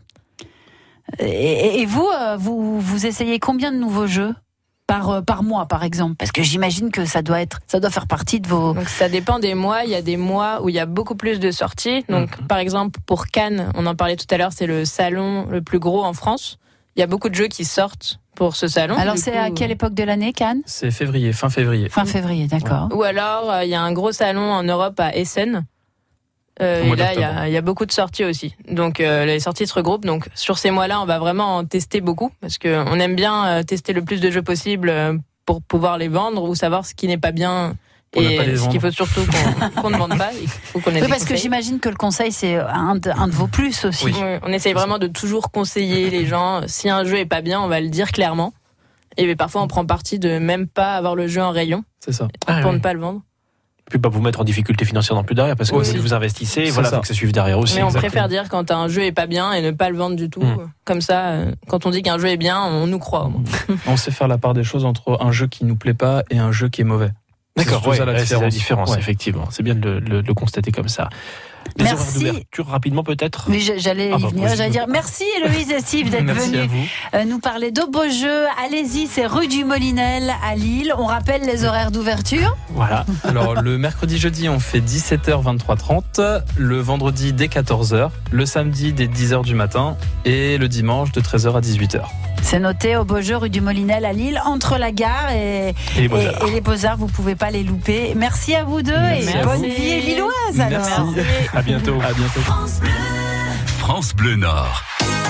Et vous essayez combien de nouveaux jeux par mois, par exemple? Parce que j'imagine que ça doit faire partie de vos... Donc ça dépend des mois. Il y a des mois où il y a beaucoup plus de sorties. Donc par exemple, pour Cannes, on en parlait tout à l'heure, c'est le salon le plus gros en France. Il y a beaucoup de jeux qui sortent pour ce salon. Alors c'est à quelle époque de l'année, Cannes? C'est février, fin février. Fin février, d'accord. Ou alors, il y a un gros salon en Europe à Essen. Et là, il y a beaucoup de sorties aussi. Donc, les sorties se regroupent. Donc, sur ces mois-là, on va vraiment en tester beaucoup. Parce qu'on aime bien tester le plus de jeux possible pour pouvoir les vendre ou savoir ce qui n'est pas bien. Et ce qu'il faut surtout qu'on ne vende pas. Il faut qu'on ait parce que j'imagine que le conseil, c'est un de vos plus aussi. Oui. On essaye vraiment de toujours conseiller les gens. Si un jeu est pas bien, on va le dire clairement. Et parfois, on prend parti de même pas avoir le jeu en rayon. C'est ça. Pour ne pas le vendre. Puis pas vous mettre en difficulté financière non plus derrière, parce que si vous investissez, faut que ça suive derrière aussi. Mais on préfère dire quand un jeu est pas bien et ne pas le vendre du tout. Comme ça, quand on dit qu'un jeu est bien, on nous croit. On sait faire la part des choses entre un jeu qui nous plaît pas et un jeu qui est mauvais. D'accord, c'est la différence, effectivement. C'est bien de le constater comme ça. Des horaires d'ouverture rapidement peut-être. Oui, j'allais y venir. J'allais dire merci Héloïse et Steve d'être venus nous parler de beaux jeux. Allez-y, c'est rue du Molinel à Lille. On rappelle les horaires d'ouverture. Voilà. Alors le mercredi, jeudi, on fait 17h, 23h30. Le vendredi dès 14h. Le samedi dès 10h du matin. Et le dimanche de 13h à 18h. C'est noté au Beau Jeu, rue du Molinel à Lille, entre la gare et les Beaux-Arts. Vous pouvez pas les louper. Merci à vous deux et bonne vie lilloise alors. Merci. À bientôt. À bientôt. France Bleu Nord.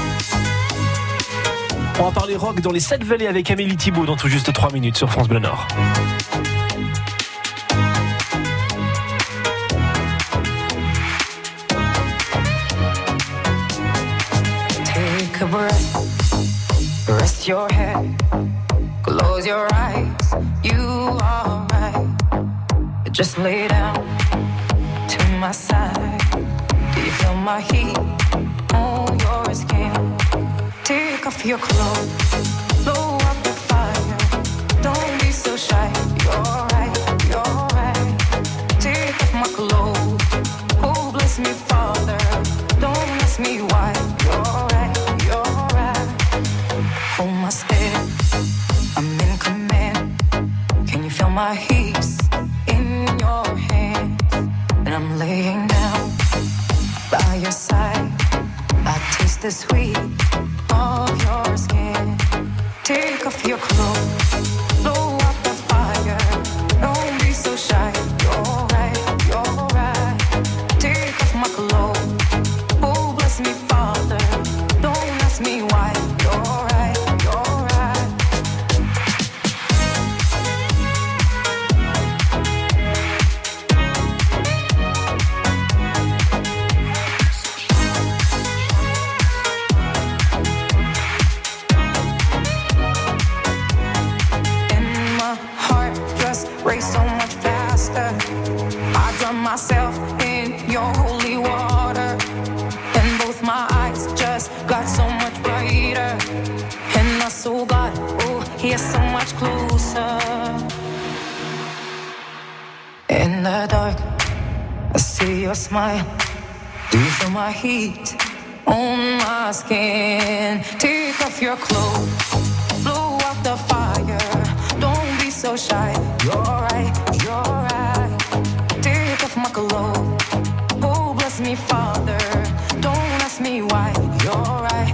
On va parler rock dans les 7 vallées avec Amélie Thibault dans tout juste 3 minutes sur France Bleu Nord. Take a breath, rest your head, close your eyes, you are right. Just lay down to my side. Do you feel my heat on your skin? Take off your clothes, blow up the fire. Don't be so shy. You're right, you're right. Take off my clothes. Oh, bless me, Father. Don't ask me why. You're right, you're right. Hold my step. I'm in command. Can you feel my heat in your hands? And I'm laying down by your side. I taste the sweet of your skin. Take off your clothes, blow up the fire. Don't be so shy. You're right, you're right. Take off my clothes. Oh, bless me, Father. Don't ask me why. You're right, you're right. Race so much faster. I drown myself in your holy water, and both my eyes just got so much brighter. And I saw God, oh, He is so much closer. In the dark, I see your smile. Do you feel my heat on my skin? Take off your clothes, blow out the fire. so shy. You're right, take off my clothes. Oh, bless me, Father. Don't ask me why. You're right,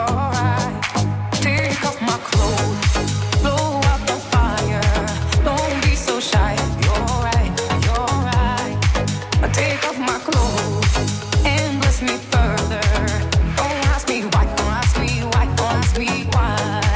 take off my clothes. Blow out the fire. Don't be so shy. You're right, take off my clothes and bless me further. Don't ask me why, don't ask me why, don't ask me why.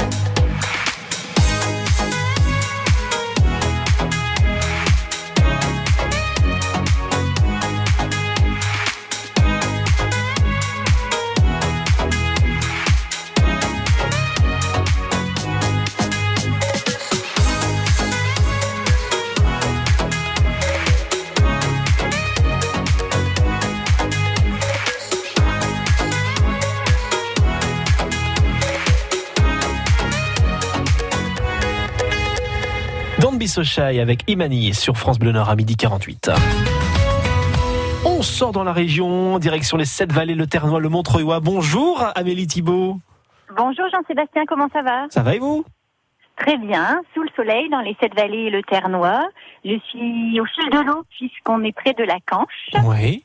Don't Be So Shy avec Imani sur France Bleu Nord à 12h48. On sort dans la région, direction les 7 vallées, le Ternois, le Montreuilois. Bonjour Amélie Thibault. Bonjour Jean-Sébastien, comment ça va ? Ça va et vous ? Très bien, sous le soleil dans les 7 vallées et le Ternois. Je suis au fil de l'eau puisqu'on est près de la Canche. Oui.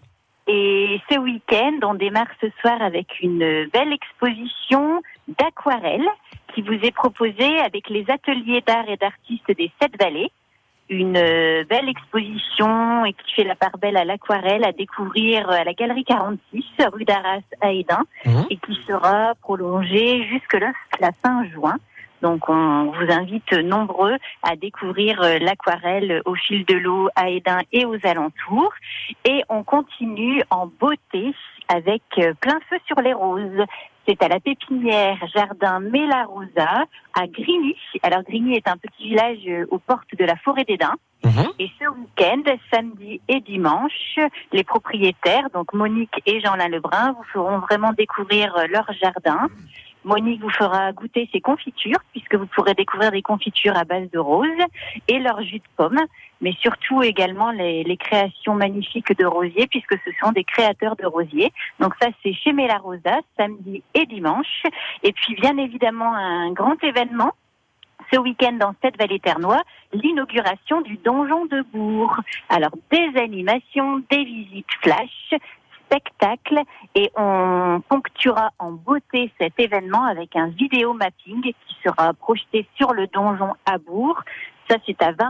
Et ce week-end, on démarre ce soir avec une belle exposition d'aquarelles qui vous est proposée avec les ateliers d'art et d'artistes des 7 vallées. Une belle exposition et qui fait la part belle à l'aquarelle à découvrir à la Galerie 46, rue d'Arras à Hesdin, et qui sera prolongée jusque la fin juin. Donc on vous invite nombreux à découvrir l'aquarelle au fil de l'eau à Hesdin et aux alentours. Et on continue en beauté avec plein feu sur les roses. C'est à la pépinière Jardin Mélarosa à Grigny. Alors Grigny est un petit village aux portes de la forêt d'Hesdin. Et ce week-end, samedi et dimanche, les propriétaires, donc Monique et Jean-Lin Lebrun, vous feront vraiment découvrir leur jardin. Monique vous fera goûter ses confitures, puisque vous pourrez découvrir des confitures à base de roses et leur jus de pomme, mais surtout également les créations magnifiques de rosiers, puisque ce sont des créateurs de rosiers. Donc ça, c'est chez Mélarosa, samedi et dimanche. Et puis, bien évidemment, un grand événement ce week-end dans cette vallée ternois, l'inauguration du donjon de Bourg. Alors, des animations, des visites flash, spectacle, et on ponctuera en beauté cet événement avec un vidéo mapping qui sera projeté sur le donjon à Bourg. Ça, c'est à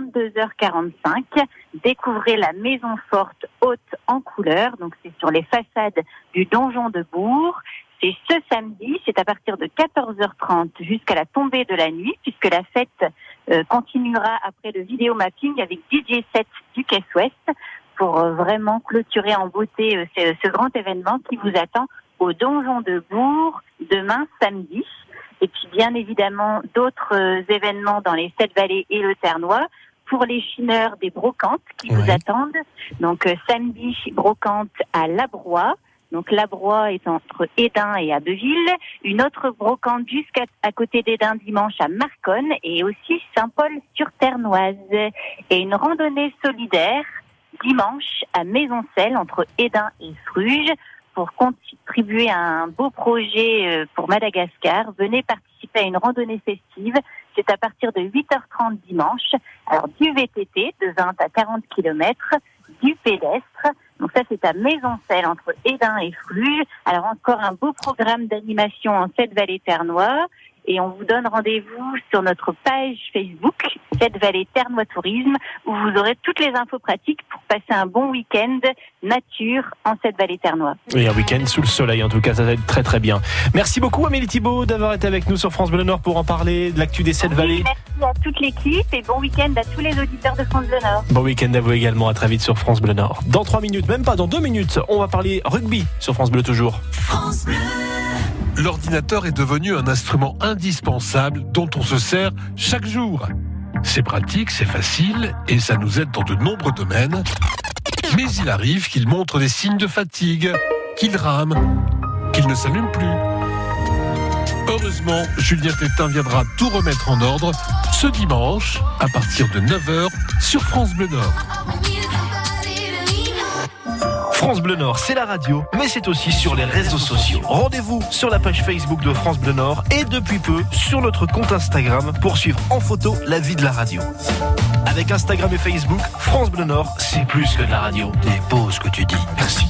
22h45. Découvrez la maison forte haute en couleur. Donc, c'est sur les façades du donjon de Bourg. C'est ce samedi, c'est à partir de 14h30 jusqu'à la tombée de la nuit, puisque la fête continuera après le vidéo mapping avec DJ set du Caisse Ouest pour vraiment clôturer en beauté ce grand événement qui vous attend au donjon de Bourg demain samedi. Et puis bien évidemment d'autres événements dans les 7 vallées et le Ternois pour les chineurs des brocantes qui vous attendent. Donc samedi, brocante à Labroix. Donc Labroix est entre Hesdin et Abbeville. Une autre brocante jusqu'à côté d'Hesdin dimanche à Marconne et aussi Saint-Paul-sur-Ternoise. Et une randonnée solidaire dimanche à Maisoncelles entre Hesdin et Fruges pour contribuer à un beau projet pour Madagascar. Venez participer à une randonnée festive. C'est à partir de 8h30 dimanche. Alors du VTT de 20 à 40 km, du pédestre. Donc ça, c'est à Maisoncelles, entre Hesdin et Fruges. Alors encore un beau programme d'animation en 7 vallées ternois. Et on vous donne rendez-vous sur notre page Facebook, 7 vallées Ternois Tourisme, où vous aurez toutes les infos pratiques pour passer un bon week-end nature en 7 vallées ternois. Et un week-end sous le soleil, en tout cas, ça va être très très bien. Merci beaucoup Amélie Thibault d'avoir été avec nous sur France Bleu Nord pour en parler de l'actu des 7 vallées. Merci à toute l'équipe et bon week-end à tous les auditeurs de France Bleu Nord. Bon week-end à vous également, à très vite sur France Bleu Nord. Dans 3 minutes, même pas, dans 2 minutes, on va parler rugby sur France Bleu toujours. France Bleu. L'ordinateur est devenu un instrument indispensable dont on se sert chaque jour. C'est pratique, c'est facile et ça nous aide dans de nombreux domaines. Mais il arrive qu'il montre des signes de fatigue, qu'il rame, qu'il ne s'allume plus. Heureusement, Julien Tétin viendra tout remettre en ordre ce dimanche à partir de 9h sur France Bleu Nord. France Bleu Nord, c'est la radio, mais c'est aussi sur les réseaux sociaux. Rendez-vous sur la page Facebook de France Bleu Nord et depuis peu sur notre compte Instagram pour suivre en photo la vie de la radio. Avec Instagram et Facebook, France Bleu Nord, c'est plus que de la radio. Et beau ce que tu dis. Merci.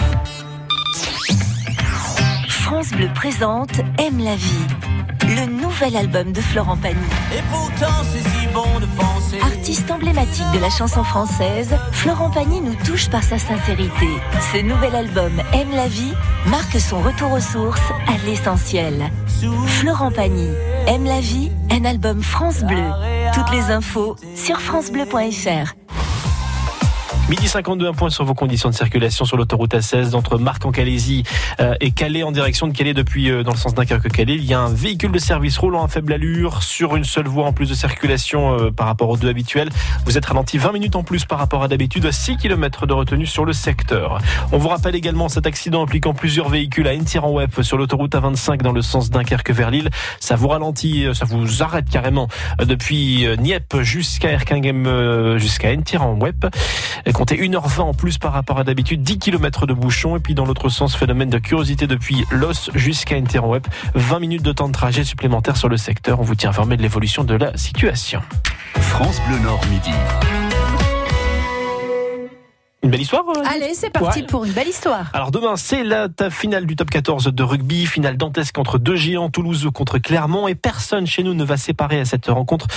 France Bleu présente Aime la vie, le nouvel album de Florent Pagny. Et pourtant c'est si bon de penser. Artiste emblématique de la chanson française, Florent Pagny nous touche par sa sincérité. Ce nouvel album Aime la vie marque son retour aux sources, à l'essentiel. Florent Pagny, Aime la vie, un album France Bleu. Toutes les infos sur francebleu.fr. Midi 52, un point sur vos conditions de circulation sur l'autoroute A16 entre Marc-en-Calaisie et Calais en direction de Calais depuis dans le sens Dunkerque-Calais. Il y a un véhicule de service roulant à faible allure sur une seule voie en plus de circulation par rapport aux deux habituels. Vous êtes ralenti 20 minutes en plus par rapport à d'habitude, 6 km de retenue sur le secteur. On vous rappelle également cet accident impliquant plusieurs véhicules à Entirant-Wep sur l'autoroute A25 dans le sens Dunkerque vers Lille. Ça vous ralentit, ça vous arrête carrément depuis Nieppe jusqu'à Erquinghem, jusqu'à Entirant-Wep. Comptez 1h20 en plus par rapport à d'habitude, 10 km de bouchon. Et puis dans l'autre sens, phénomène de curiosité depuis Los jusqu'à Entirant-Wep. 20 minutes de temps de trajet supplémentaire sur le secteur. On vous tient informé de l'évolution de la situation. France Bleu Nord midi. Une belle histoire Allez, c'est parti pour une belle histoire. Alors demain, c'est la finale du top 14 de rugby, finale dantesque entre deux géants, Toulouse contre Clermont, et personne chez nous ne va séparer à cette rencontre.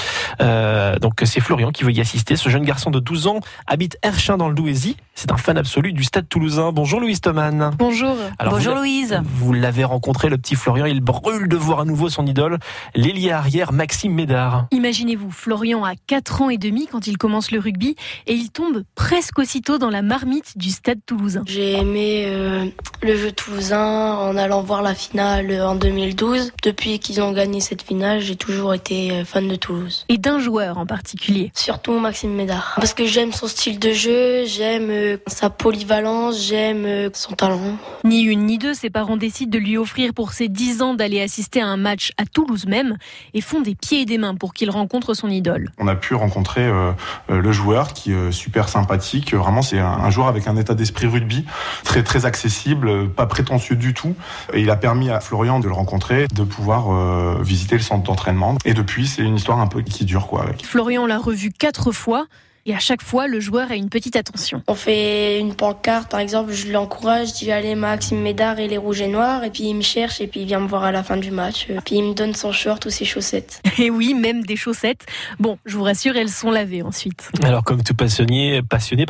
Donc c'est Florian qui veut y assister. Ce jeune garçon de 12 ans habite Herchin dans le Douaisis. C'est un fan absolu du Stade Toulousain. Bonjour Louise Thoman. Bonjour. Alors, bonjour Louise. Vous l'avez rencontré, le petit Florian. Il brûle de voir à nouveau son idole, l'ailier arrière Maxime Médard. Imaginez-vous, Florian a 4 ans et demi quand il commence le rugby et il tombe presque aussitôt dans la marmite du Stade Toulousain. J'ai aimé le jeu toulousain en allant voir la finale en 2012. Depuis qu'ils ont gagné cette finale, j'ai toujours été fan de Toulouse. Et d'un joueur en particulier? Surtout Maxime Médard. Parce que j'aime son style de jeu, j'aime sa polyvalence, j'aime son talent. Ni une ni deux, ses parents décident de lui offrir pour ses 10 ans d'aller assister à un match à Toulouse même et font des pieds et des mains pour qu'il rencontre son idole. On a pu rencontrer le joueur qui est super sympathique. Vraiment, c'est un joueur avec un état d'esprit rugby très très accessible, pas prétentieux du tout. Et il a permis à Florian de le rencontrer, de pouvoir visiter le centre d'entraînement. Et depuis, c'est une histoire un peu qui dure quoi. Avec. Florian l'a revu 4 fois. Et à chaque fois, le joueur a une petite attention. On fait une pancarte, par exemple, je l'encourage, je dis allez Maxime Médard et les rouges et noirs, et puis il me cherche et puis il vient me voir à la fin du match. Puis il me donne son short ou ses chaussettes. Et oui, même des chaussettes. Bon, je vous rassure, elles sont lavées ensuite. Alors comme tout passionné,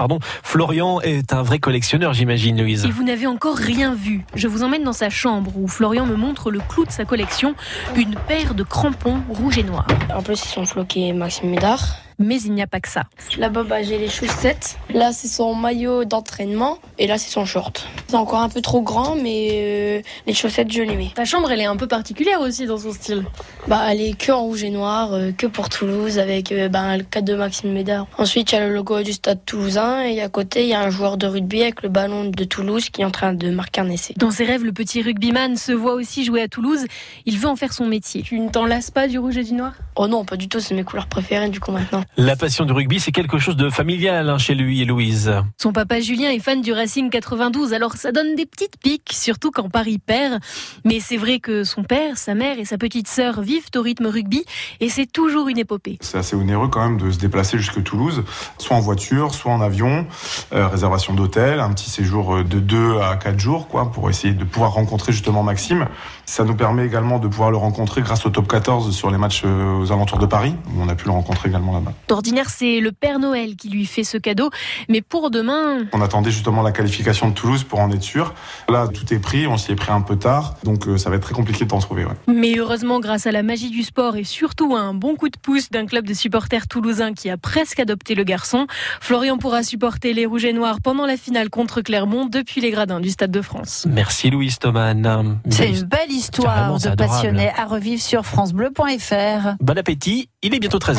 Florian est un vrai collectionneur, j'imagine, Louise. Et vous n'avez encore rien vu. Je vous emmène dans sa chambre où Florian me montre le clou de sa collection, une paire de crampons rouges et noirs. En plus, ils sont floqués Maxime Médard. Mais il n'y a pas que ça. Là-bas, j'ai les chaussettes. Là, c'est son maillot d'entraînement. Et là, c'est son short. C'est encore un peu trop grand, mais les chaussettes, je les mets. Ta chambre, elle est un peu particulière aussi dans son style. Elle est que en rouge et noir, que pour Toulouse, avec le cadre de Maxime Médard. Ensuite, il y a le logo du Stade Toulousain. Et à côté, il y a un joueur de rugby avec le ballon de Toulouse qui est en train de marquer un essai. Dans ses rêves, le petit rugbyman se voit aussi jouer à Toulouse. Il veut en faire son métier. Tu ne t'en lasses pas du rouge et du noir ? Oh non, pas du tout. C'est mes couleurs préférées, du coup, maintenant. La passion du rugby, c'est quelque chose de familial chez lui et Louise. Son papa Julien est fan du Racing 92, alors ça donne des petites piques, surtout quand Paris perd. Mais c'est vrai que son père, sa mère et sa petite sœur vivent au rythme rugby et c'est toujours une épopée. C'est assez onéreux quand même de se déplacer jusque Toulouse, soit en voiture, soit en avion, réservation d'hôtel, un petit séjour de 2 à 4 jours pour essayer de pouvoir rencontrer justement Maxime. Ça nous permet également de pouvoir le rencontrer grâce au top 14 sur les matchs aux alentours de Paris, où on a pu le rencontrer également là-bas. D'ordinaire, c'est le Père Noël qui lui fait ce cadeau, mais pour demain... On attendait justement la qualification de Toulouse pour en être sûr. Là, tout est pris, on s'y est pris un peu tard, donc ça va être très compliqué de t'en trouver. Ouais. Mais heureusement, grâce à la magie du sport et surtout à un bon coup de pouce d'un club de supporters toulousains qui a presque adopté le garçon, Florian pourra supporter les Rouges et Noirs pendant la finale contre Clermont depuis les gradins du Stade de France. Merci Louise Thoman. C'est une belle histoire de passionnés à revivre sur francebleu.fr. Bon appétit, il est bientôt 13h.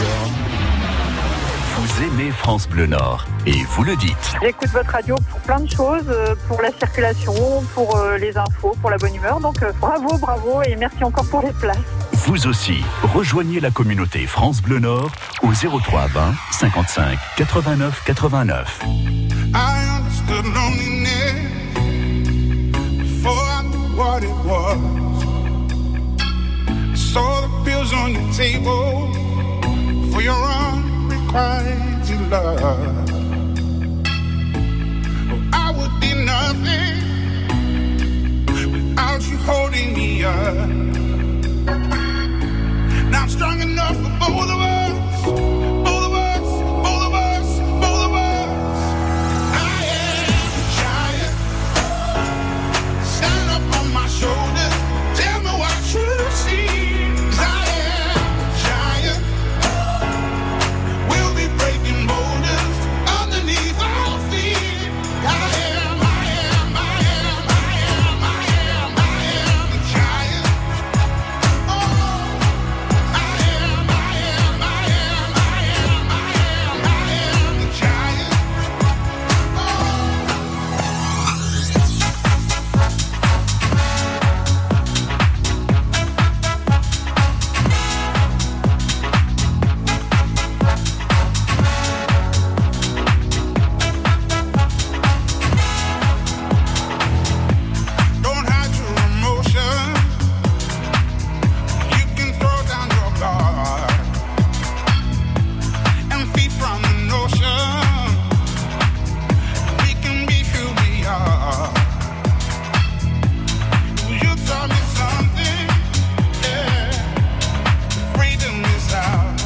Vous aimez France Bleu Nord et vous le dites. J'écoute votre radio pour plein de choses, pour la circulation, pour les infos, pour la bonne humeur. Donc bravo et merci encore pour les places. Vous aussi, rejoignez la communauté France Bleu Nord au 03 20 55 89 89. I understood loneliness. what it was. Saw the pills on your table for your unrequited love. I would be nothing without you holding me up. Now I'm strong enough for both of us. Both of us, both of us, both of us. I am a giant. Stand up on my shoulders. Tell me what you see. 'Cause I am a giant. We'll be breaking boulders underneath our feet. I am a giant. Don't hide your emotion. You can throw down your guard and feed from the notion. We can be who we are. You taught me something, yeah. Freedom is ours.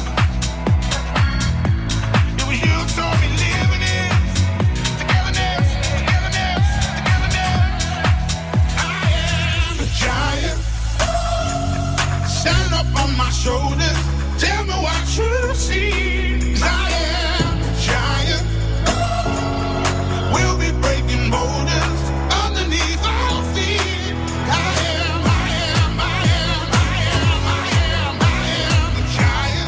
It was you who taught me living is togetherness, togetherness, togetherness. I am a giant. Stand up on my shoulders. Tell me what you see. 'Cause I am a giant. We'll be breaking boulders underneath our feet. I am a giant.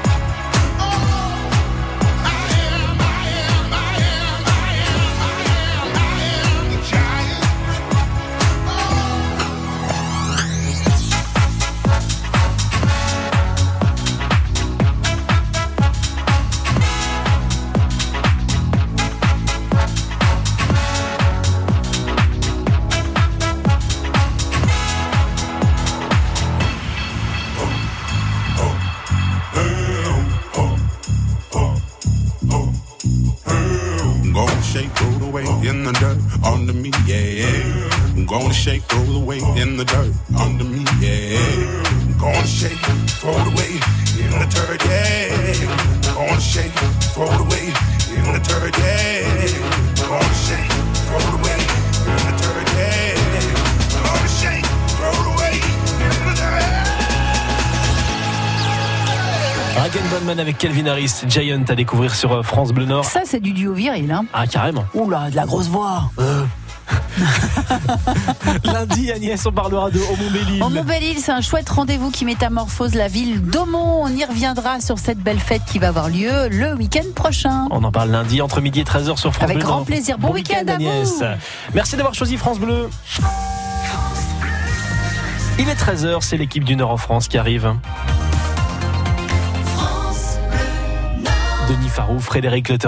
I'm gonna shake, roll away in the dirt under me, yeah. I'm gonna shake, roll away in the dirt under me, yeah. I'm gonna shake, throw it away in the dirt, yeah. I'm gonna shake, throw it away in the dirt, yeah. I'm gonna shake, throw it away in the dirt, yeah. I'm gonna shake, throw it away in the dirt. Rag & Bone Man avec Calvin Harris, Giant à découvrir sur France Bleu Nord. Ça, c'est du duo viril. Hein. Ah, carrément. Oula, de la grosse voix. Lundi, Agnès, on parlera de Aumont-Belle-Île. Aumont-Belle-Île, c'est un chouette rendez-vous qui métamorphose la ville d'Aumont. On y reviendra sur cette belle fête qui va avoir lieu le week-end prochain. On en parle lundi entre midi et 13h sur France Bleu. Avec grand plaisir. Bon week-end à Agnès. vous. Merci d'avoir choisi France Bleu. Il est 13h, c'est l'équipe du Nord en France qui arrive. Denis Farou, Frédéric Le